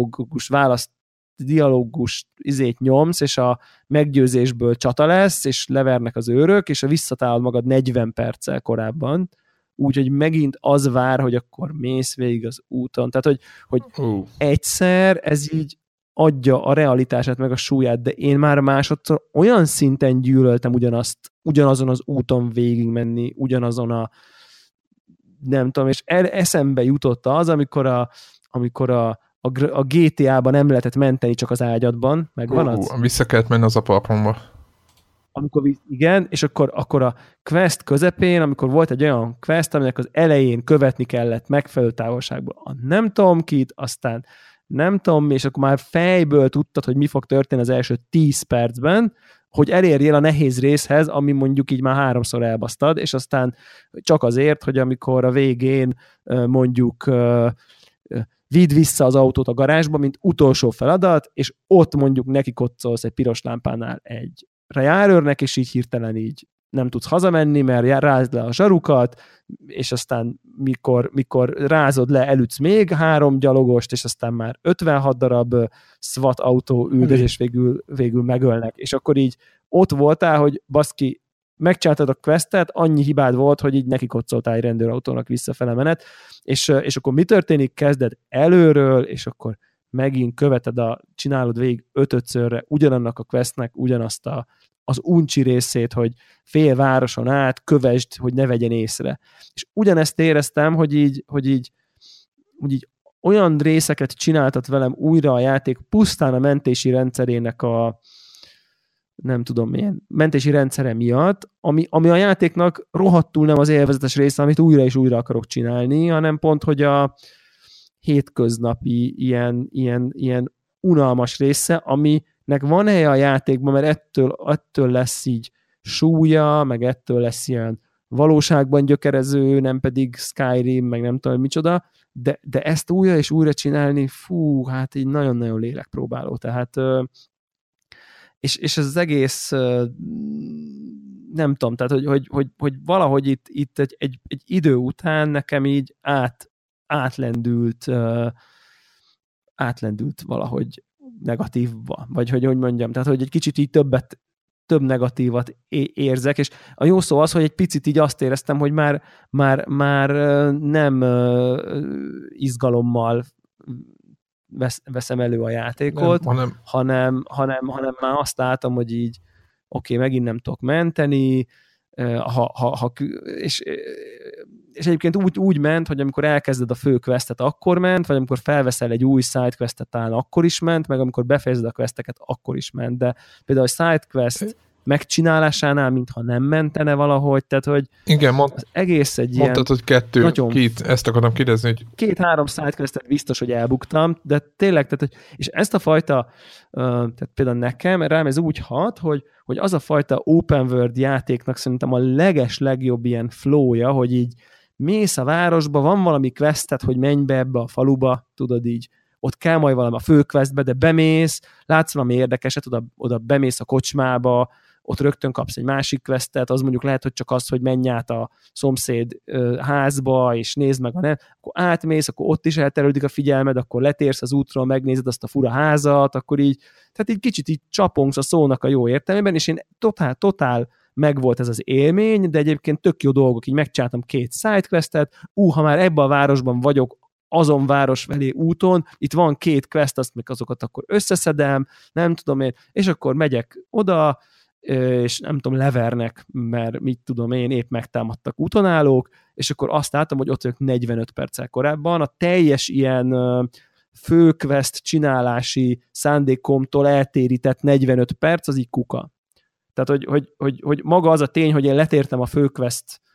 dialógus nyomsz, és a meggyőzésből csata lesz, és levernek az őrök, és visszatálod magad 40 perccel korábban, úgyhogy megint az vár, hogy akkor mész végig az úton. Tehát, hogy egyszer ez így adja a realitását meg a súlyát, de én már másodszor olyan szinten gyűlöltem ugyanazon az úton végigmenni, ugyanazon a nem tudom, és eszembe jutott az, amikor a GTA-ban nem lehetett menteni csak az ágyadban, megvan az? Vissza kellett menni az apartmanba. Igen, és akkor a quest közepén, amikor volt egy olyan quest, aminek az elején követni kellett megfelelő távolságból a nem tudom kit, aztán nem tudom, és akkor már fejből tudtad, hogy mi fog történni az első 10 percben, hogy elérjél a nehéz részhez, ami mondjuk így már 3-szor elbasztad, és aztán csak azért, hogy amikor a végén mondjuk vidd vissza az autót a garázsba, mint utolsó feladat, és ott mondjuk neki koccolsz egy piros lámpánál egy járőrnek, és így hirtelen így nem tudsz hazamenni, mert rázd le a zsarukat, és aztán mikor rázod le, elütsz még 3 gyalogost, és aztán már 56 darab SWAT autó üldöz, és végül megölnek. És akkor így ott voltál, hogy baszki, megcsináltad a questet, annyi hibád volt, hogy így nekikoccoltál egy rendőrautónak visszafele menet, és akkor mi történik? Kezded előről, és akkor megint csinálod végig 5-szörre ugyanannak a questnek ugyanazt az uncsi részét, hogy fél városon át kövesd, hogy ne vegyen észre. És ugyanezt éreztem, hogy így olyan részeket csináltat velem újra a játék pusztán a mentési rendszerének nem tudom milyen, mentési rendszere miatt, ami a játéknak rohadtul nem az élvezetes része, amit újra és újra akarok csinálni, hanem pont, hogy a hétköznapi ilyen unalmas része, aminek van helye a játékban, mert ettől lesz így súlya, meg ettől lesz ilyen valóságban gyökerező, nem pedig Skyrim, meg nem tudom, micsoda, de ezt újra és újra csinálni, hát így nagyon-nagyon lélekpróbáló. Tehát és ez az egész nem tudom, tehát hogy valahogy itt egy idő után nekem így átlendült valahogy negatívba, vagy hogy mondjam, tehát hogy egy kicsit így több negatívat érzek, és a jó szó az, hogy egy picit így azt éreztem, hogy már nem izgalommal veszem elő a játékot, hanem már azt látom, hogy így oké, megint nem tudok menteni, és egyébként úgy ment, hogy amikor elkezded a fő questet, akkor ment, vagy amikor felveszel egy új sidequestet, talán akkor is ment, meg amikor befejezed a questeket, akkor is ment, de például a sidequest megcsinálásánál, mintha nem mentene valahogy, tehát hogy igen, az egész egy mondtad, hogy ezt akartam kérdezni, hogy 2-3 sidequestet biztos, hogy elbuktam, de tényleg, tehát, és ezt a fajta, tehát például nekem, rám ez úgy hat, hogy az a fajta open world játéknak szerintem a legjobb ilyen flowja, hogy így mész a városba, van valami questet, hogy menj be ebbe a faluba, tudod így, ott kell majd valami a főquestbe, de bemész, látsz valami érdekeset, oda bemész a kocsmába, ott rögtön kapsz egy másik questet, az mondjuk lehet, hogy csak az, hogy menj át a szomszéd házba, és nézd meg, akkor átmész, akkor ott is elterülődik a figyelmed, akkor letérsz az útról, megnézed azt a fura házat, akkor így, tehát így kicsit így csapongsz a szónak a jó értelmében, és én totál megvolt ez az élmény, de egyébként tök jó dolgok, így megcsináltam 2 sidequestet, ha már ebben a városban vagyok, azon város felé úton, itt van 2 quest, azokat akkor összeszedem, nem tudom én, és akkor megyek oda, és nem tudom, levernek, mert mit tudom én, épp megtámadtak útonállók, és akkor azt láttam, hogy ott vagyok 45 perccel korábban, a teljes ilyen főquest csinálási szándékomtól eltérített 45 perc, az így kuka. Tehát, hogy maga az a tény, hogy én letértem a főquest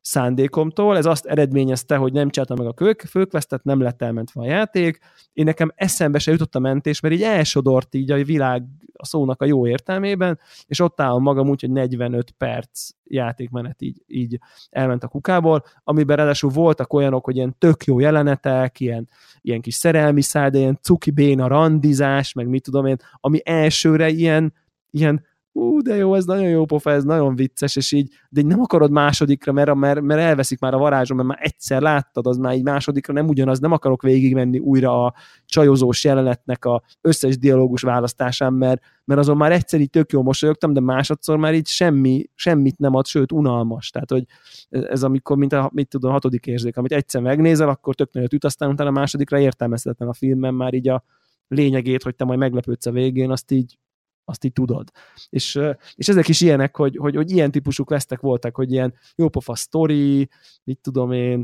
szándékomtól, ez azt eredményezte, hogy nem csináltam meg a főquestet, nem lett elmentve a játék. Én nekem eszembe se jutott a mentés, mert így elsodort így a világ a szónak a jó értelmében, és ott állom magam úgy, hogy 45 perc játékmenet így elment a kukából, amiben ráadásul voltak olyanok, hogy ilyen tök jó jelenetek, ilyen kis szerelmi száll, de ilyen cuki béna randizás, meg mit tudom én, ami elsőre ilyen de jó, ez nagyon jó pofa, ez nagyon vicces, és így, de így nem akarod másodikra, mert elveszik már a varázsom, mert már egyszer láttad, az már így másodikra nem ugyanaz, nem akarok végigmenni újra a csajozós jelenetnek a összes dialógus választásán, mert azon már egyszer így tök jól mosolyogtam, de másodszor már így semmit nem ad, sőt unalmas. Tehát, hogy ez amikor, mint a hatodik érzék, amit egyszer megnézel, akkor tök nagyot üt, aztán utána a másodikra értelmezhetetlen a filmben már így a lényegét, hogy te majd meglepődsz a végén, azt így tudod. És ezek is ilyenek, hogy ilyen típusú questek voltak, hogy ilyen jópofa sztori, mit tudom én,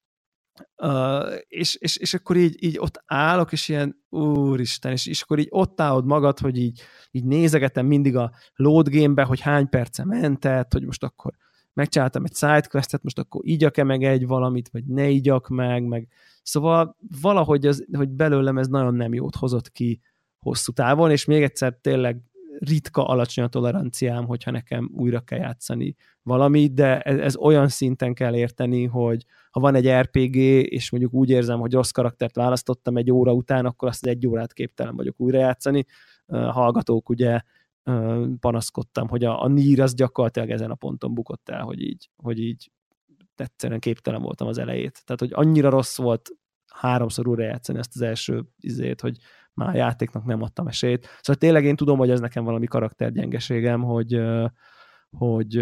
és akkor így ott állok, és ilyen úristen, és akkor így ott állod magad, hogy így nézegetem mindig a load game-be, hogy hány perce mentett, hogy most akkor megcsináltam egy sidequestet, most akkor igyak-e meg egy valamit, vagy ne igyak meg szóval valahogy hogy belőlem ez nagyon nem jót hozott ki hosszú távon, és még egyszer tényleg ritka alacsony a toleranciám, hogyha nekem újra kell játszani valamit, de ez olyan szinten kell érteni, hogy ha van egy RPG, és mondjuk úgy érzem, hogy rossz karaktert választottam egy óra után, akkor azt 1 órát képtelen vagyok újra játszani. Hallgatók ugye panaszkodtam, hogy a Nier az gyakorlatilag ezen a ponton bukott el, hogy így egyszerűen képtelen voltam az elejét. Tehát, hogy annyira rossz volt 3-szor újra játszani ezt az első izét, hogy már a játéknak nem adtam esélyt. Szóval tényleg én tudom, hogy ez nekem valami karaktergyengeségem, hogy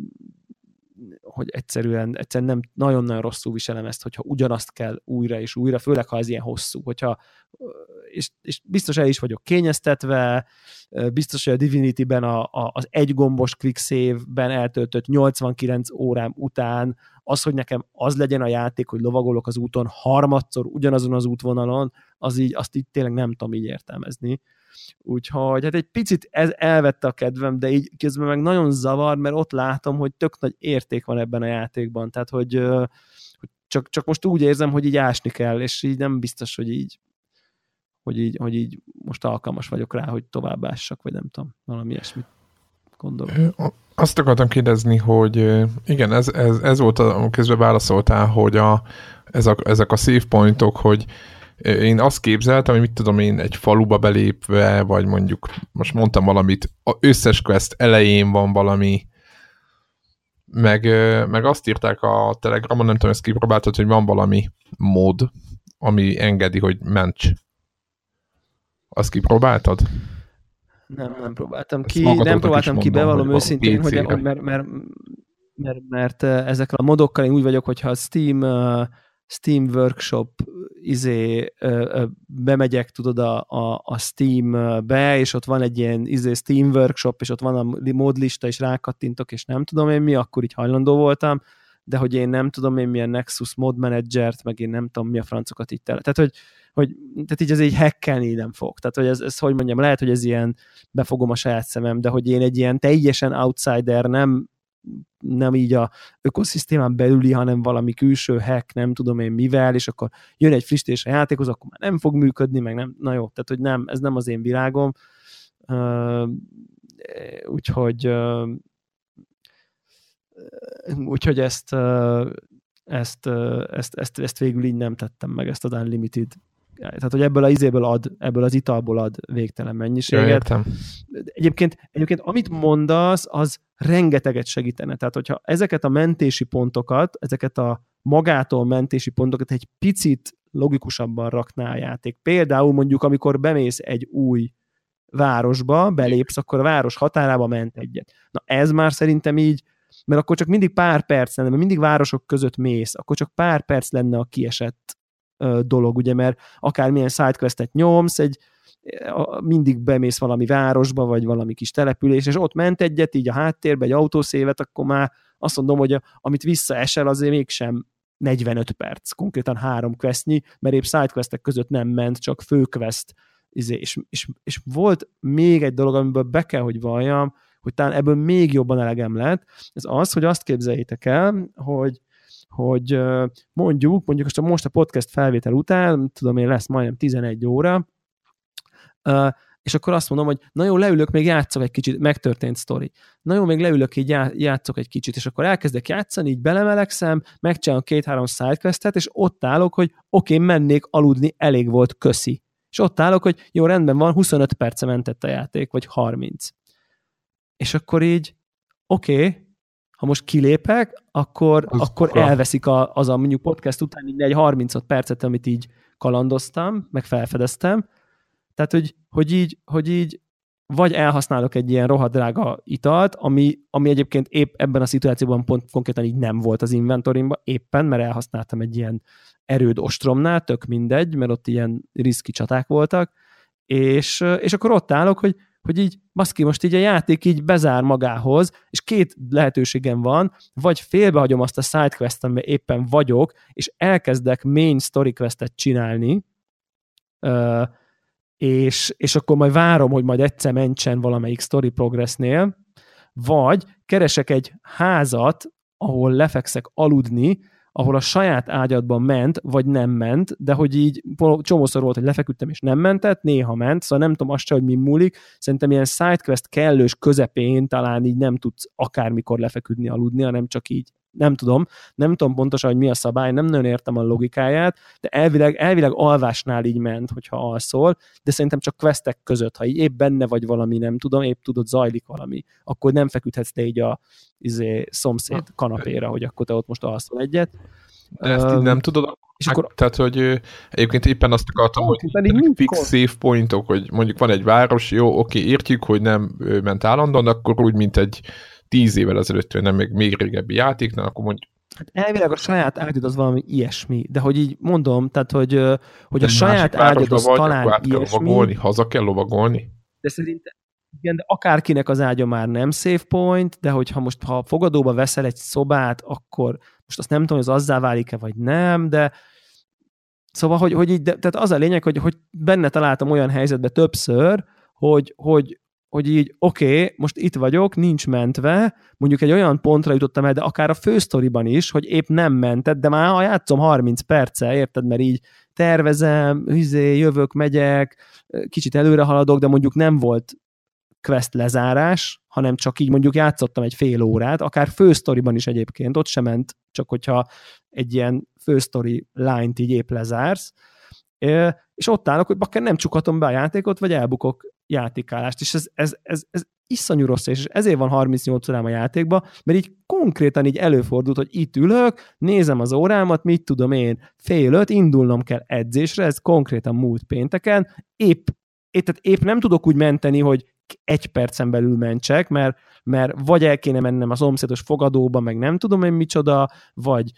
egyszerűen nem nagyon-nagyon rosszul viselem ezt, hogyha ugyanazt kell újra és újra, főleg ha ez ilyen hosszú. És biztos el is vagyok kényeztetve, biztos, hogy a Divinity-ben az egygombos quick save-ben eltöltött 89 órám után az, hogy nekem az legyen a játék, hogy lovagolok az úton harmadszor ugyanazon az útvonalon, azt így tényleg nem tudom így értelmezni. Úgyhogy hát egy picit ez elvette a kedvem, de így közben meg nagyon zavar, mert ott látom, hogy tök nagy érték van ebben a játékban, tehát hogy csak most úgy érzem, hogy így ásni kell, és így nem biztos, hogy így most alkalmas vagyok rá, hogy továbbássak, vagy nem tudom, valami ilyesmit gondolom. Azt akartam kérdezni, hogy igen, ez volt, amikor közben válaszoltál, hogy ezek a save pointok, hogy én azt képzeltem, hogy mit tudom én, egy faluba belépve, vagy mondjuk, most mondtam valamit, az összes quest elején van valami, meg azt írták a Telegramon, nem tudom, ezt kipróbáltad, hogy van valami mód, ami engedi, hogy ments. Azt kipróbáltad? Nem próbáltam ki. Nem próbáltam ki, bevallom őszintén, hogy mert ezekkel a modokkal én úgy vagyok, hogyha a Steam Workshop bemegyek, tudod, a Steam-be, és ott van egy ilyen Steam Workshop, és ott van a módlista, és rákattintok, és nem tudom én mi, akkor így hajlandó voltam, de hogy én nem tudom én milyen Nexus Mod Managert, meg én nem tudom mi a francokat itt el. Tehát, tehát így ez így hackelni nem fog. Tehát, hogy ez hogy mondjam, lehet, hogy ez ilyen befogom a saját szemem, de hogy én egy ilyen teljesen outsider, nem így a ökoszisztémán belüli, hanem valami külső hack, nem tudom én mivel, és akkor jön egy frissítés a játékhoz, akkor már nem fog működni, meg nem, na jó, tehát, hogy nem, ez nem az én világom. Úgyhogy ezt végül így nem tettem meg, ezt az Unlimited. Tehát, hogy ebből az italból ad végtelen mennyiséget. Ja, egyébként amit mondasz, az rengeteget segítene. Tehát, hogyha ezeket a mentési pontokat, ezeket a magától mentési pontokat egy picit logikusabban rakná a játék. Például mondjuk, amikor bemész egy új városba, belépsz, akkor a város határába ment egyet. Na ez már szerintem így, mert akkor csak mindig pár perc lenne, mert mindig városok között mész, akkor csak pár perc lenne a kiesett dolog, ugye, mert akármilyen sidequestet nyomsz, mindig bemész valami városba, vagy valami kis település, és ott ment egyet, így a háttérbe, egy autószévet, akkor már azt mondom, hogy amit visszaesel, azért mégsem 45 perc, konkrétan 3 questnyi, mert épp sidequestek között nem ment, csak főquest, és volt még egy dolog, amiből be kell, hogy valljam, talán ebből még jobban elegem lett, ez az, hogy azt képzeljétek el, hogy mondjuk most a podcast felvétel után, tudom én, lesz majdnem 11 óra, és akkor azt mondom, hogy na jó, leülök, még játszok egy kicsit, megtörtént sztori. Na jó, még leülök, így játszok egy kicsit, és akkor elkezdek játszani, így belemelegszem, megcsinálom 2-3 sidequestet, és ott állok, hogy oké, mennék aludni, elég volt, köszi. És ott állok, hogy jó, rendben van, 25 perce mentett a játék, vagy 30. És akkor így, oké, ha most kilépek, akkor elveszik az a mondjuk podcast után így egy 35 percet, amit így kalandoztam, meg felfedeztem. Tehát, hogy így vagy elhasználok egy ilyen rohadt drága italt, ami egyébként épp ebben a szituációban pont konkrétan így nem volt az inventorimban, éppen, mert elhasználtam egy ilyen erőd ostromnál, tök mindegy, mert ott ilyen riszki csaták voltak, és akkor ott állok, hogy így, baszki, most így a játék így bezár magához, és 2 lehetőségem van, vagy félbehagyom azt a sidequest, amiben éppen vagyok, és elkezdek main story questet csinálni, és akkor majd várom, hogy majd egyszer mentsen valamelyik story progressnél, vagy keresek egy házat, ahol lefekszek aludni, ahol a saját ágyadban ment, vagy nem ment, de hogy így csomószor volt, hogy lefeküdtem, és nem mentett, néha ment, szóval nem tudom azt se, hogy mi múlik. Szerintem ilyen sidequest kellős közepén talán így nem tudsz akármikor lefeküdni, aludni, hanem csak így nem tudom pontosan, hogy mi a szabály, nem nagyon értem a logikáját, de elvileg alvásnál így ment, hogyha alszol, de szerintem csak questek között, ha így épp benne vagy valami, nem tudom, épp tudod, zajlik valami, akkor nem feküdhetsz te így a szomszéd kanapéra, hogy akkor te ott most alszol egyet. De ezt így nem tudod, és akkor, tehát, hogy egyébként éppen azt akartam, hogy fix save pointok, hogy mondjuk van egy város, jó, oké, értjük, hogy nem ment állandóan, akkor úgy, mint egy 10 évvel ezelőtt, nem még régebbi játéknál, akkor mondjuk... Hát elvileg a saját ágyad az valami ilyesmi, de hogy így mondom, tehát, hogy a saját ágyad az talán ilyesmi. Haza kell lovagolni? De szerintem, igen, de akárkinek az ágya már nem save point, de hogyha most, ha fogadóba veszel egy szobát, akkor most azt nem tudom, hogy az azzá válik-e, vagy nem, de szóval, hogy így, tehát az a lényeg, hogy benne találtam olyan helyzetbe többször, hogy így, oké, most itt vagyok, nincs mentve, mondjuk egy olyan pontra jutottam el, de akár a fősztoriban is, hogy épp nem mentett, de már játszom 30 perccel, érted, mert így tervezem, jövök, megyek, kicsit előre haladok, de mondjuk nem volt quest lezárás, hanem csak így mondjuk játszottam egy fél órát, akár fősztoriban is egyébként, ott sem ment, csak hogyha egy ilyen fősztori line-t így épp lezársz, és ott állok, hogy bakker nem csukhatom be a játékot, vagy elbukok játékálást, és ez iszonyú rossz, és ezért van 38 órám a játékban, mert így konkrétan így előfordult, hogy itt ülök, nézem az órámat, mit tudom én, 4:30, indulnom kell edzésre, ez konkrétan múlt pénteken, épp nem tudok úgy menteni, hogy 1 percen belül mentsek, mert vagy el kéne mennem a szomszédos fogadóba, meg nem tudom én micsoda, vagy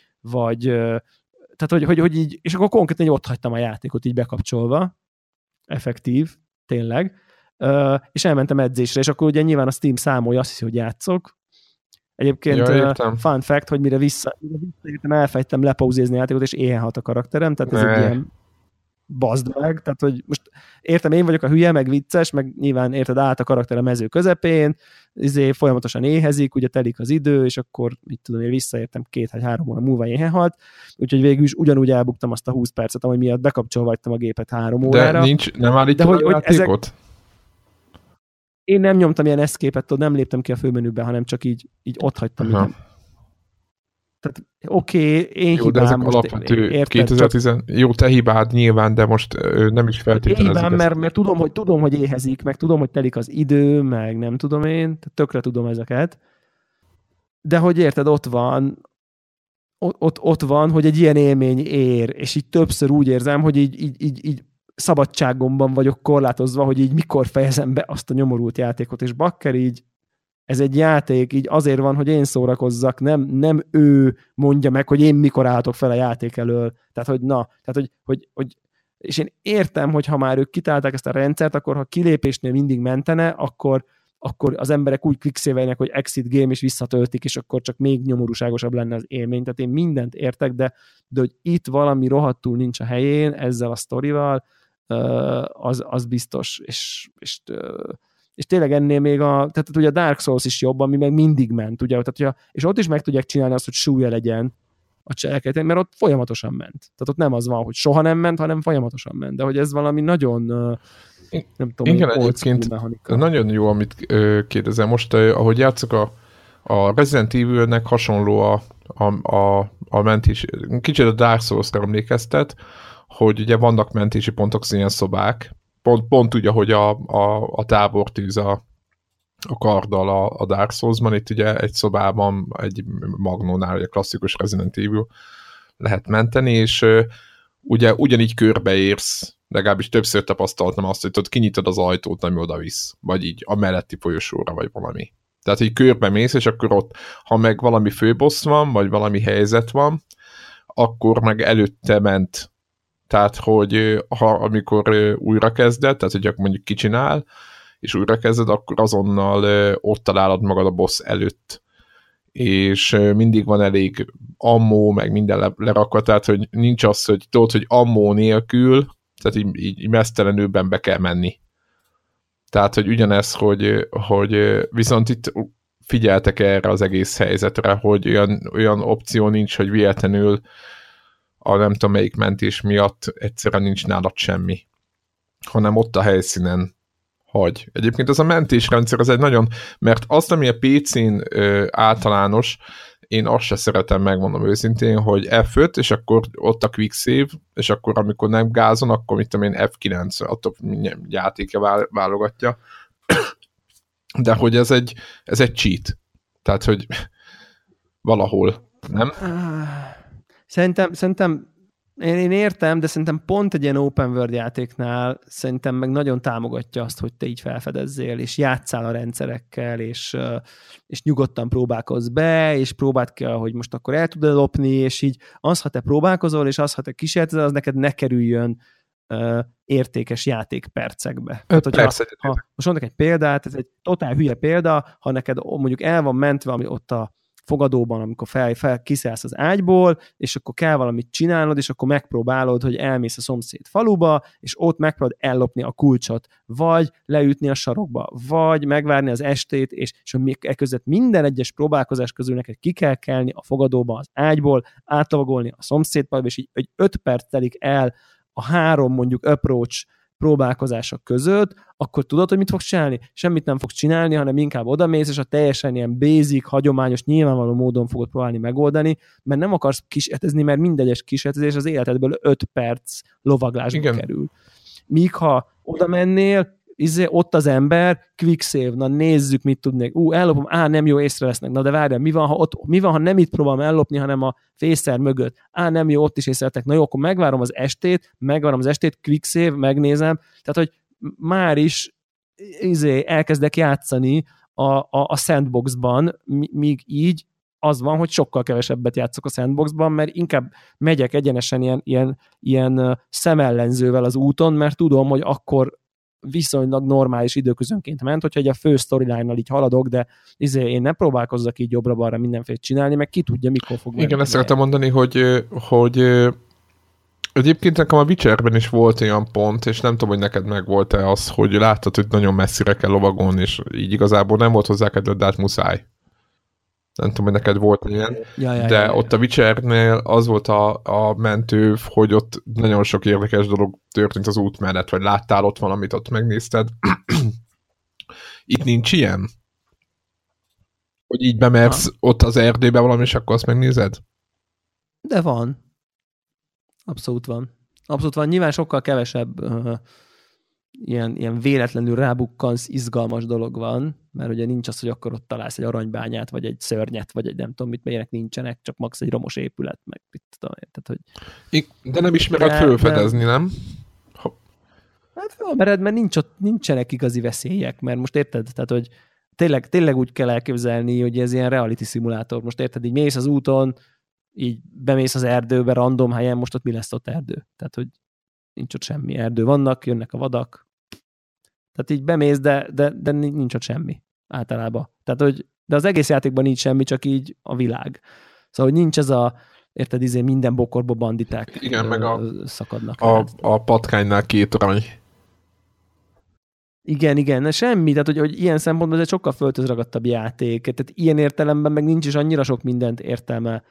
tehát, hogy így, és akkor konkrétan így ott hagytam a játékot így bekapcsolva, effektív, tényleg, és elmentem edzésre, és akkor ugye nyilván a Steam számolja, azt hiszi, hogy játszok. Egyébként fun fact, hogy mire visszaértem, elfejtem lepauzézni a játékot, és éhen halt a karakterem, tehát ez egy ilyen bazd meg, tehát hogy most értem, én vagyok a hülye, meg vicces, meg nyilván érted, állt a karakter a mező közepén, folyamatosan éhezik, ugye telik az idő, és akkor mit tudom, én visszaértem 2-3 óra múlva éhen halt, úgyhogy végül is ugyanúgy elbuktam azt a 20 percet, ami miatt bekapcsolva hagytam a gépet 3 órára. De nem állítja a játékot? Én nem nyomtam ilyen escape-et, nem léptem ki a főmenübe, hanem csak így ott hagytam. Tehát oké, én jó, hibám. De ezek alapvető 2010... Jó, te hibád nyilván, de most nem is feltételezik. Én hibám, mert tudom, hogy éhezik, meg tudom, hogy telik az idő, meg nem tudom én, tehát tökre tudom ezeket. De hogy érted, ott van, hogy egy ilyen élmény ér, és így többször úgy érzem, hogy így szabadságomban vagyok korlátozva, hogy így mikor fejezem be azt a nyomorult játékot, és bakker így ez egy játék, így azért van, hogy én szórakozzak, nem ő mondja meg, hogy én mikor álltok fel a játék elől. Tehát, hogy és én értem, hogy ha már ők kitálták ezt a rendszert, akkor ha kilépésnél mindig mentene, akkor az emberek úgy quicksave-elnek, hogy exit game, és visszatöltik, és akkor csak még nyomorúságosabb lenne az élmény. Tehát én mindent értek, de hogy itt valami rohadtul nincs a helyén ezzel a sztorival, az biztos, és és tényleg ennél még tehát ugye a Dark Souls is jobb, ami meg mindig ment, ugye, tehát, és ott is meg tudják csinálni azt, hogy súlya legyen a cselekedet, mert ott folyamatosan ment. Tehát ott nem az van, hogy soha nem ment, hanem folyamatosan ment, de hogy ez valami nagyon nem tudom, igen, egyébként nagyon jó, amit kérdezem. Most, ahogy játszok a Resident Evil-nek hasonló a mentés, kicsit a Dark Souls-ra emlékeztet, hogy ugye vannak mentési pontok, ilyen szobák, pont úgy, ahogy a tábor tűz a karddal a Dark Souls-ban, itt ugye egy szobában, egy Magnónál, egy klasszikus Resident Evil lehet menteni, és ugye ugyanígy körbeérsz, legalábbis többször tapasztaltam azt, hogy ott kinyitod az ajtót, ami oda visz, vagy így a melletti folyosóra, vagy valami. Tehát így körbe mész, és akkor ott, ha meg valami főbossz van, vagy valami helyzet van, akkor meg előtte ment. Tehát, hogy amikor újra kezded, tehát, hogy akkor mondjuk kicsinál, és újra kezded, akkor azonnal ott találod magad a boss előtt. És mindig van elég ammó, meg minden lerakva, tehát, hogy nincs az, hogy tudod, hogy ammó nélkül, tehát így mesztelenülben be kell menni. Tehát, hogy ugyanez, hogy viszont itt figyeltek erre az egész helyzetre, hogy olyan opció nincs, hogy véletlenül a nem tudom melyik mentés miatt egyszerűen nincs nálad semmi, hanem ott a helyszínen hagy. Egyébként az a mentésrendszer az egy nagyon, mert azt, ami a PC-n általános, én azt se szeretem, megmondom őszintén, hogy F5, és akkor ott a quick save, és akkor amikor nem gázon, akkor mit tudom én F9, attól játékja válogatja. De hogy ez egy cheat. Tehát, hogy valahol, nem? Szerintem én értem, de szerintem pont egy ilyen open world játéknál szerintem meg nagyon támogatja azt, hogy te így felfedezzél, és játsszál a rendszerekkel, és nyugodtan próbálkozz be, és próbáld ki, hogy most akkor el tudod lopni, és így az, ha te próbálkozol, és az, ha te kísérletezel, az neked ne kerüljön értékes játékpercekbe. Persze. Most mondok egy példát, ez egy totál hülye példa, ha neked mondjuk el van mentve, ami ott a fogadóban, amikor kiszállsz az ágyból, és akkor kell valamit csinálnod, és akkor megpróbálod, hogy elmész a szomszéd faluba, és ott megpróbálod ellopni a kulcsot, vagy leütni a sarokba, vagy megvárni az estét, és között minden egyes próbálkozás közül neked ki kell kelni a fogadóba az ágyból, átlovagolni a szomszéd faluba, és így 5 perc telik el a 3 mondjuk approach próbálkozások között, akkor tudod, hogy mit fogsz csinálni? Semmit nem fogsz csinálni, hanem inkább odamész, és a teljesen ilyen basic, hagyományos, nyilvánvaló módon fogod próbálni megoldani, mert nem akarsz kísérletezni, mert mindegyes kísérletezés az életedből 5 perc lovaglásba kerül. Míg ha oda mennél, ott az ember, quick save, na nézzük, mit tudnék. Ellopom, nem jó, észrevesznek. Na de várjál, mi van, ha nem itt próbálom ellopni, hanem a fészer mögött? Nem jó, ott is észrevettek. Na jó, akkor megvárom az estét, quick save, megnézem. Tehát, hogy már is elkezdek játszani a sandboxban, míg így az van, hogy sokkal kevesebbet játszok a sandboxban, mert inkább megyek egyenesen ilyen szemellenzővel az úton, mert tudom, hogy akkor viszonylag normális időközönként ment, hogyha egy a fő storyline-nal így haladok, de én nem próbálkozzak így jobbra-balra mindenféle csinálni, meg ki tudja, mikor fog menni. Igen, ezt szeretem mondani, hogy egyébként nekem a Witcherben is volt olyan pont, és nem tudom, hogy neked meg volt-e az, hogy láttad, hogy nagyon messzire kell lovagolni, és így igazából nem volt hozzá kedved, de hát muszáj. Nem tudom, hogy neked volt ilyen, de ott a Witchernél az volt a mentő, hogy ott nagyon sok érdekes dolog történt az út mellett, vagy láttál ott valamit, ott megnézted. Itt nincs ilyen? Hogy így bemersz ott az erdőbe valami, és akkor azt megnézed? De van. Abszolút van. Abszolút van. Nyilván sokkal kevesebb ilyen véletlenül rábukkansz izgalmas dolog van, mert ugye nincs az, hogy akkor ott találsz egy aranybányát, vagy egy szörnyet, vagy egy nem tudom mit, melyek nincsenek, csak max egy romos épület, meg mit tudom én. Tehát, hogy... De nem ismered fölfedezni, nem? Hát fölmered, mert nincsenek igazi veszélyek, mert most érted, tehát, hogy tényleg úgy kell elképzelni, hogy ez ilyen reality szimulátor. Most érted, így mész az úton, így bemész az erdőbe, random helyen, most ott mi lesz ott erdő? Tehát, hogy nincs ott semmi. Erdő vannak, jönnek a vadak. Tehát így bemész, de nincs ott semmi általában. Tehát, hogy, de az egész játékban nincs semmi, csak így a világ. Szóval, hogy nincs ez érted, minden bokorba banditák. Igen, meg szakadnak. A patkánynál 2 arany. Igen, semmi, tehát hogy ilyen szempontból ez egy sokkal földhözragadtabb játék, tehát ilyen értelemben meg nincs is annyira sok mindent értelme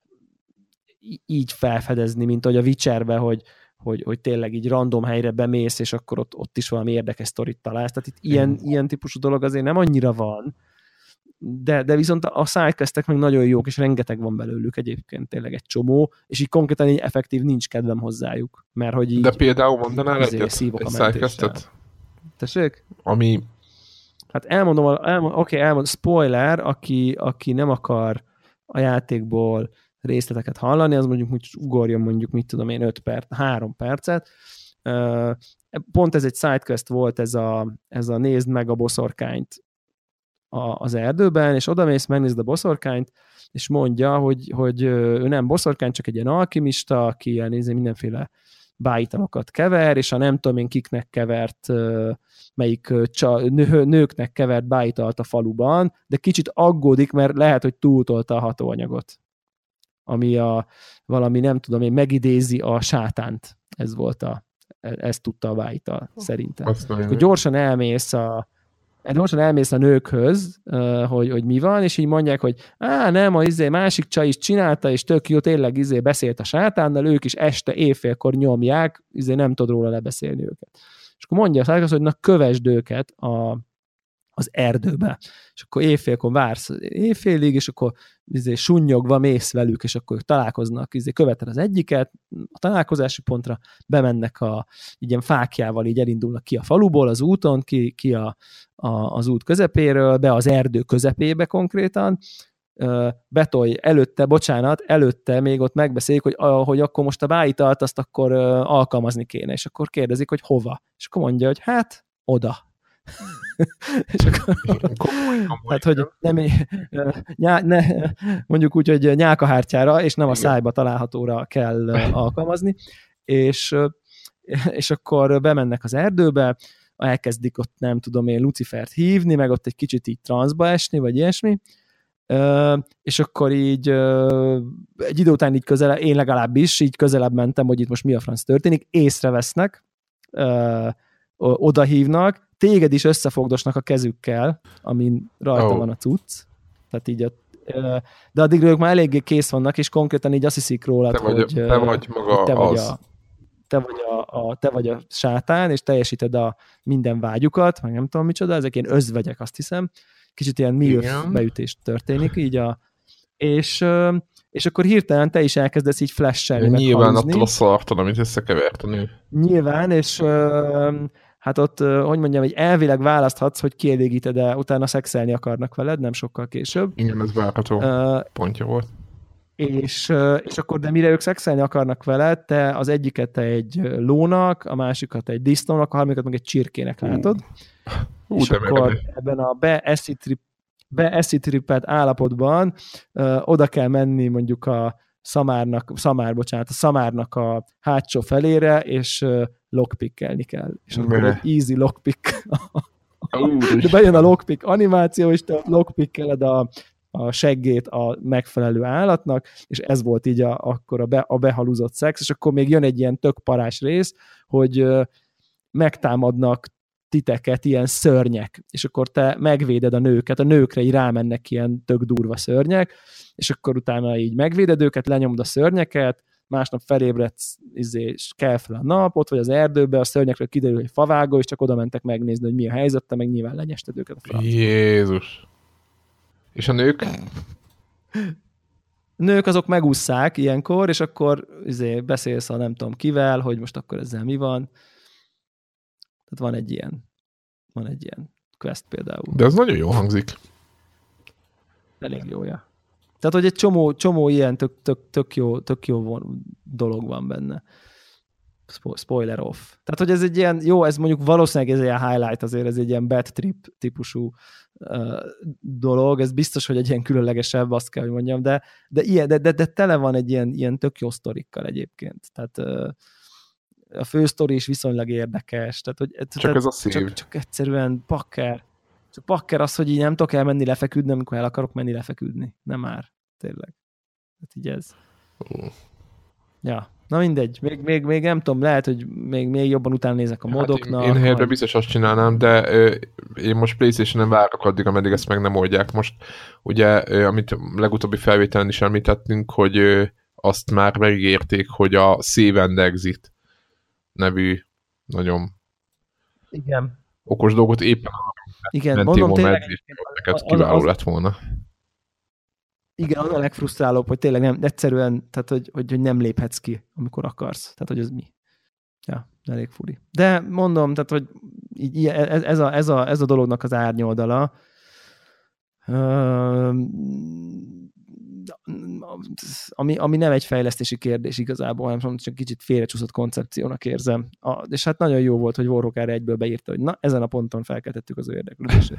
így felfedezni, mint hogy a Witcherbe, hogy tényleg így random helyre bemész, és akkor ott is valami érdekes sztorit találsz. Tehát itt ilyen típusú dolog azért nem annyira van, de viszont a sidequestek meg nagyon jók, és rengeteg van belőlük egyébként, tényleg egy csomó, és így konkrétan így effektív nincs kedvem hozzájuk, mert hogy így... De például mondanál egy sidequestet? Tessék? Ami... Hát elmondom, spoiler, aki nem akar a játékból részleteket hallani, az mondjuk ugorjon mondjuk, mit tudom én, 3 percet. Pont ez egy sidequest volt, ez a nézd meg a boszorkányt az erdőben, és odamész, megnézd a boszorkányt, és mondja, hogy ő nem boszorkány, csak egy ilyen alkimista, aki ilyen mindenféle bájitalokat kever, és a nem tudom én kiknek kevert, melyik nőknek kevert bájitalt a faluban, de kicsit aggódik, mert lehet, hogy túltolta a hatóanyagot, ami valami nem tudom én, megidézi a sátánt. Ez tudta a bájital, szerintem. Akkor gyorsan elmész a nőkhöz, hogy mi van, és így mondják, hogy nem, a másik csaj is csinálta, és tök jó, tényleg beszélt a sátánnal, ők is este éjfélkor nyomják, nem tud róla lebeszélni őket. És akkor mondja a szájkasz, hogy na kövesd őket az erdőbe. És akkor éjfélkor vársz éjfélig, és akkor sunnyogva mész velük, és akkor találkoznak, követed az egyiket, a találkozási pontra, bemennek így ilyen fákjával, így elindulnak ki a faluból, az úton, ki az út közepéről, be az erdő közepébe konkrétan, betolj előtte még ott megbeszéljük, hogy akkor most a bájitalt azt akkor alkalmazni kéne, és akkor kérdezik, hogy hova. És akkor mondja, hogy hát oda. És akkor, hát, hogy mondjuk úgy, hogy nyálkahártyára, és nem a szájba találhatóra kell alkalmazni, és akkor bemennek az erdőbe, elkezdik ott, nem tudom én, Lucifert hívni, meg ott egy kicsit így transzba esni, vagy ilyesmi, és akkor így egy idő után így én legalábbis így közelebb mentem, hogy itt most mi a franc történik, észrevesznek, odahívnak, téged is összefogdosnak a kezükkel, amin rajta van a cucc. Tehát így de addig ők már eléggé kész vannak, és konkrétan így azt hiszik rólad, te vagy a sátán, és teljesíted a minden vágyukat, meg nem tudom micsoda, ezek ilyen özvegyek, azt hiszem. Kicsit ilyen MILF beütés történik, így és akkor hirtelen te is elkezdesz így flash-elni, meg nyilván attól a szartan, amit összekevert a nő. Nyilván, és hát ott, hogy mondjam, hogy elvileg választhatsz, hogy kielégíted, de utána szexelni akarnak veled, nem sokkal később. Igen, ez várható pontja volt. És akkor, de mire ők szexelni akarnak veled, te az egyiket te egy lónak, a másikat egy disznónak, a harmadikat meg egy csirkének látod. És akkor ebben a beeszitripet állapotban oda kell menni mondjuk a szamárnak a hátsó felére, és lockpickelni kell. És akkor egy easy lockpick. De bejön a lockpick animáció, és te lockpickeled a seggét a megfelelő állatnak, és ez volt így akkor a behalúzott szex, és akkor még jön egy ilyen tök parás rész, hogy megtámadnak titeket ilyen szörnyek, és akkor te megvéded a nőket, a nőkre így rámennek ilyen tök durva szörnyek, és akkor utána így megvéded őket, lenyomod a szörnyeket, másnap felébredsz, és kell fel a nap, ott vagy az erdőbe, a szörnyekről kiderül, hogy favágó, és csak oda mentek megnézni, hogy mi a helyzet, te meg nyilván lenyested őket a francba. Jézus! És a nők? Nők azok megússzák ilyenkor, és akkor beszélsz a nem tudom kivel, hogy most akkor ezzel mi van. Tehát van egy ilyen quest például. De ez nagyon jó hangzik. Elég jó, ja. Tehát, hogy egy csomó ilyen tök jó dolog van benne. Spoiler off. Tehát, hogy ez egy ilyen, jó, ez mondjuk valószínűleg ez egy highlight azért, ez egy ilyen bad trip típusú dolog, ez biztos, hogy egy ilyen különlegesebb, azt kell, hogy mondjam, de tele van egy ilyen tök jó sztorikkal egyébként. Tehát a fősztori is viszonylag érdekes. Tehát, hogy, ez a szív. Csak egyszerűen pakker. Csak pakker az, hogy így nem tudok elmenni lefeküdni, amikor el akarok menni lefeküdni. Nem már. Tényleg. Tehát így ez. Ja. Na mindegy, még nem tudom, lehet, hogy még jobban utána nézek a modoknak. Én helyben biztos azt csinálnám, de én most PlayStation-en várok addig, ameddig ezt meg nem oldják. Most ugye, amit legutóbbi felvételen is említettünk, hogy azt már megígérték, hogy a Save and Exit nevű nagyon okos dolgot éppen igen, mondom, tényleg kiváló lett volna. Igen, az a legfrusztrálóbb, hogy tényleg nem, egyszerűen, tehát hogy nem léphetsz ki, amikor akarsz. Tehát, hogy ez mi. Ja, elég furi. De mondom, tehát, hogy így, ez a dolognak az árnyoldala. Ami nem egy fejlesztési kérdés igazából, hanem csak kicsit félrecsúszott koncepciónak érzem. És hát nagyon jó volt, hogy Warhawk erre egyből beírta, hogy na, ezen a ponton felkeltettük az ő érdeklődését.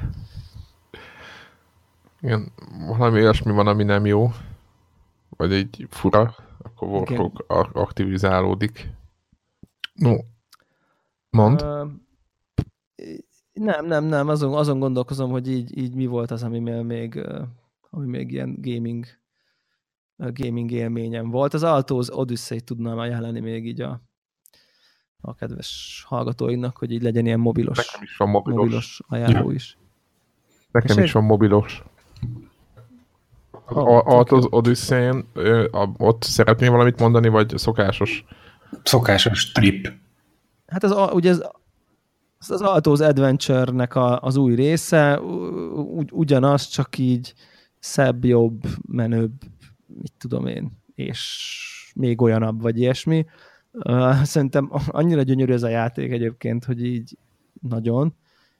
Igen, valami olyasmi van, ami nem jó, vagy egy fura, akkor Warhawk aktivizálódik. No, mondd. Nem, azon gondolkozom, hogy így mi volt az, ami még ilyen gaming élményem volt. Az Alto's Odyssey tudnám ajánlani még így a kedves hallgatóinknak, hogy így legyen ilyen mobilos ajánló is. Nekem is van mobilos. Az Odyssey-en ott szeretnél valamit mondani, vagy szokásos? Szokásos trip. Hát ugye az Alto's Adventure-nek az új része, ugyanaz, csak így szebb, jobb, menőbb, mit tudom én, és még olyanabb, vagy ilyesmi. Szerintem annyira gyönyörű ez a játék egyébként, hogy így nagyon.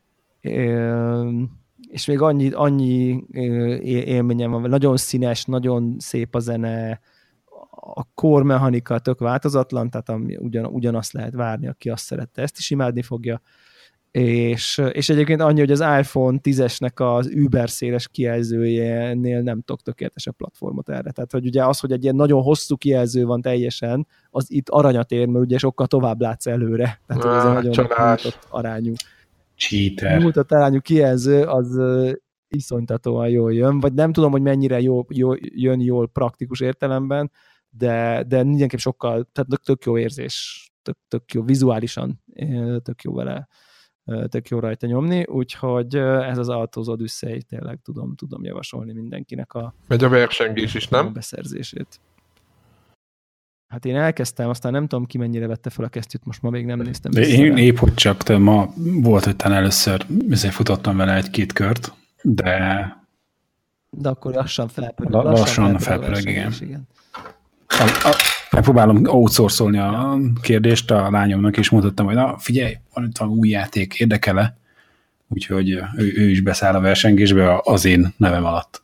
És még annyi élményem van, nagyon színes, nagyon szép a zene, a core mechanika tök változatlan, tehát ugyanazt lehet várni, aki azt szerette, ezt is imádni fogja. És egyébként annyi, hogy az iPhone 10-esnek az überszéles kijelzőjénél nem tudok tökéletesebb platformot erre. Tehát, hogy ugye az, hogy egy ilyen nagyon hosszú kijelző van teljesen, az itt aranyat ér, mert ugye sokkal tovább látsz előre. Tehát, hogy ez egy nagyon nyújtott arányú. Cheater. Nyújtott arányú kijelző, az iszonytatóan jól jön, vagy nem tudom, hogy mennyire jön jól praktikus értelemben, de mindenképp sokkal, tehát tök jó érzés, tök jó vizuálisan, tök jó vele, tök jó rajta nyomni, úgyhogy ez az Alto's Odyssey tényleg tudom javasolni mindenkinek megy a versengés is, nem? A beszerzését. Hát én elkezdtem, aztán nem tudom ki mennyire vette fel a kesztyűt, most ma még nem néztem. Én épp hogy csak, de ma volt, hogy talán először futottam vele egy-két kört, de akkor lassan felpörög. Lassan felpörög, igen. Megpróbálom outsourcolni a kérdést a lányomnak, és mondottam, hogy na figyelj, van itt új játék, érdekele, úgyhogy ő is beszáll a versengésbe az én nevem alatt.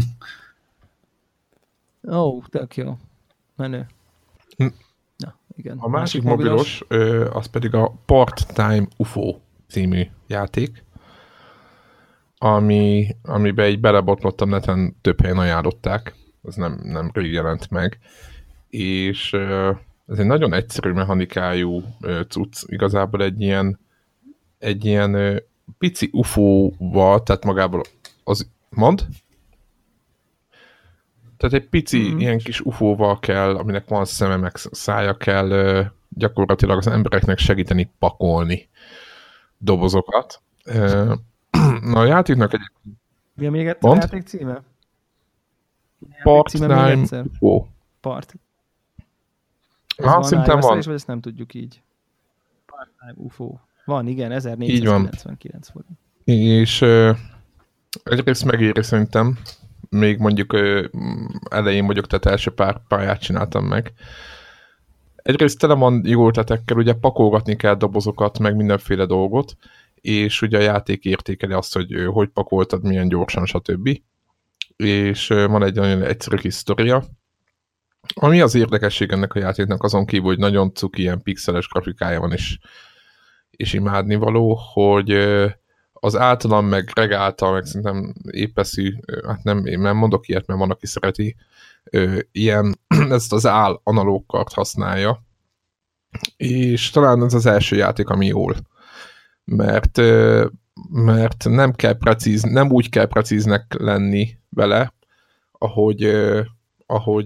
Tök jó. Menő. Na, igen. A másik mobilos, az pedig a Part-Time UFO című játék, amiben így belebotlottam, neten több helyen ajánlották, az nem rég jelent meg, és ez egy nagyon egyszerű mechanikájú cucc, igazából egy ilyen pici UFO-val, tehát magából az... Mond? Tehát egy pici ilyen kis UFO-val kell, aminek van szeme, meg szája kell gyakorlatilag az embereknek segíteni pakolni dobozokat. Na a játéknak egy... Mi a még egyszer a játék címe? Part-Time UFO. Part. Szerintem van. Vagy ezt nem tudjuk így. Part-Time UFO. Van, igen, 1499 volt. És egyrészt megéri szerintem, még mondjuk elején vagyok, tehát első pár pályát csináltam meg. Egyrészt tele van jó ötletekkel, ugye pakolgatni kell dobozokat, meg mindenféle dolgot, és ugye a játék értékeli azt, hogy pakoltad, milyen gyorsan, stb. És van egy nagyon egyszerű kis sztoria. Ami az érdekesség ennek a játéknak, azon kívül, hogy nagyon cuki, ilyen pixeles grafikája van, és imádnivaló, hogy az általam, meg Greg által, meg szerintem épeszű, hát nem mondok ilyet, mert van, aki szereti, ilyen, ezt az analóg kart használja, és talán ez az első játék, ami jól. Mert nem úgy kell precíznek lenni vele, ahogy ahogy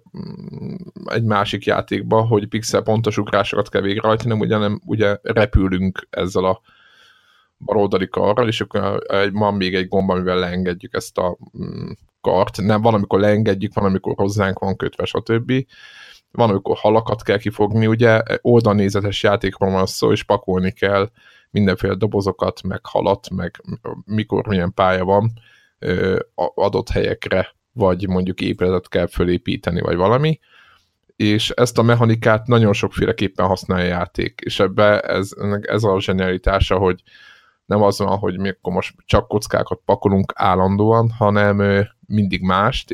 egy másik játékban, hogy pixel pontos ugrásokat kell végrehajtani, nem ugye repülünk ezzel a baloldali karral, és akkor van még egy gomb, amivel leengedjük ezt a kart. Nem, van, amikor leengedjük, van, amikor hozzánk van kötve, stb. Van, amikor halakat kell kifogni, ugye oldalnézetes játékról van szó, és pakolni kell mindenféle dobozokat, meg halat, meg mikor milyen pálya van adott helyekre, vagy mondjuk épületet kell fölépíteni, vagy valami, és ezt a mechanikát nagyon sokféleképpen használja a játék, és ebbe ez a zsenialitása, hogy nem az van, hogy mi akkor most csak kockákat pakolunk állandóan, hanem mindig mást,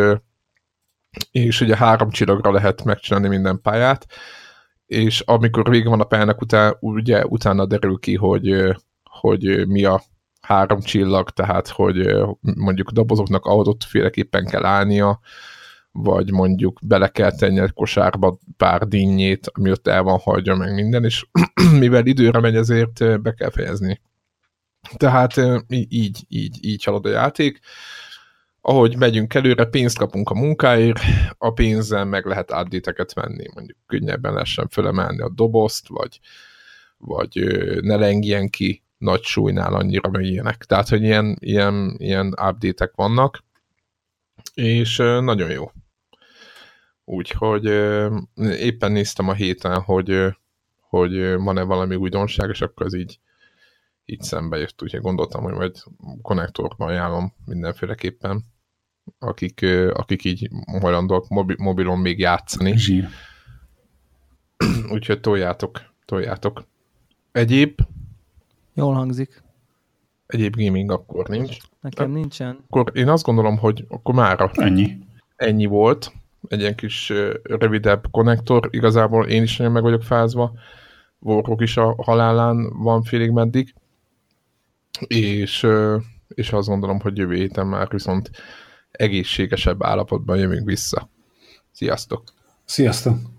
és ugye 3 csillagra lehet megcsinálni minden pályát, és amikor vége van a pályának, ugye utána derül ki, hogy mi a 3 csillag, tehát hogy mondjuk dobozoknak adottféleképpen kell állnia, vagy mondjuk bele kell tenni egy kosárba pár dinnyét, ami ott el van hagyja meg minden, és mivel időre megy, ezért be kell fejezni. Tehát így halad a játék. Ahogy megyünk előre, pénzt kapunk a munkáért, a pénzzel meg lehet update-eket venni, mondjuk könnyebben lehessen fölemelni a dobozt, vagy ne lengjen ki nagy súlynál annyira, meg ilyenek. Tehát, hogy ilyen update-ek vannak, és nagyon jó. Úgyhogy éppen néztem a héten, hogy van-e valami újdonság, és akkor ez így szembe jött, úgyhogy gondoltam, hogy majd konnektorban ajánlom mindenféleképpen, akik így hajlandóak mobilon még játszani. Zsír. Úgyhogy toljátok. Egyéb? Jól hangzik. Egyéb gaming akkor nincs. Nekem nincsen. Akkor én azt gondolom, hogy akkor mára Ennyi volt. Egy ilyen kis rövidebb konnektor. Igazából én is nagyon meg vagyok fázva. Warhawk is a halálán van félig meddig. És azt gondolom, hogy jövő héten már viszont egészségesebb állapotban jövünk vissza. Sziasztok! Sziasztok!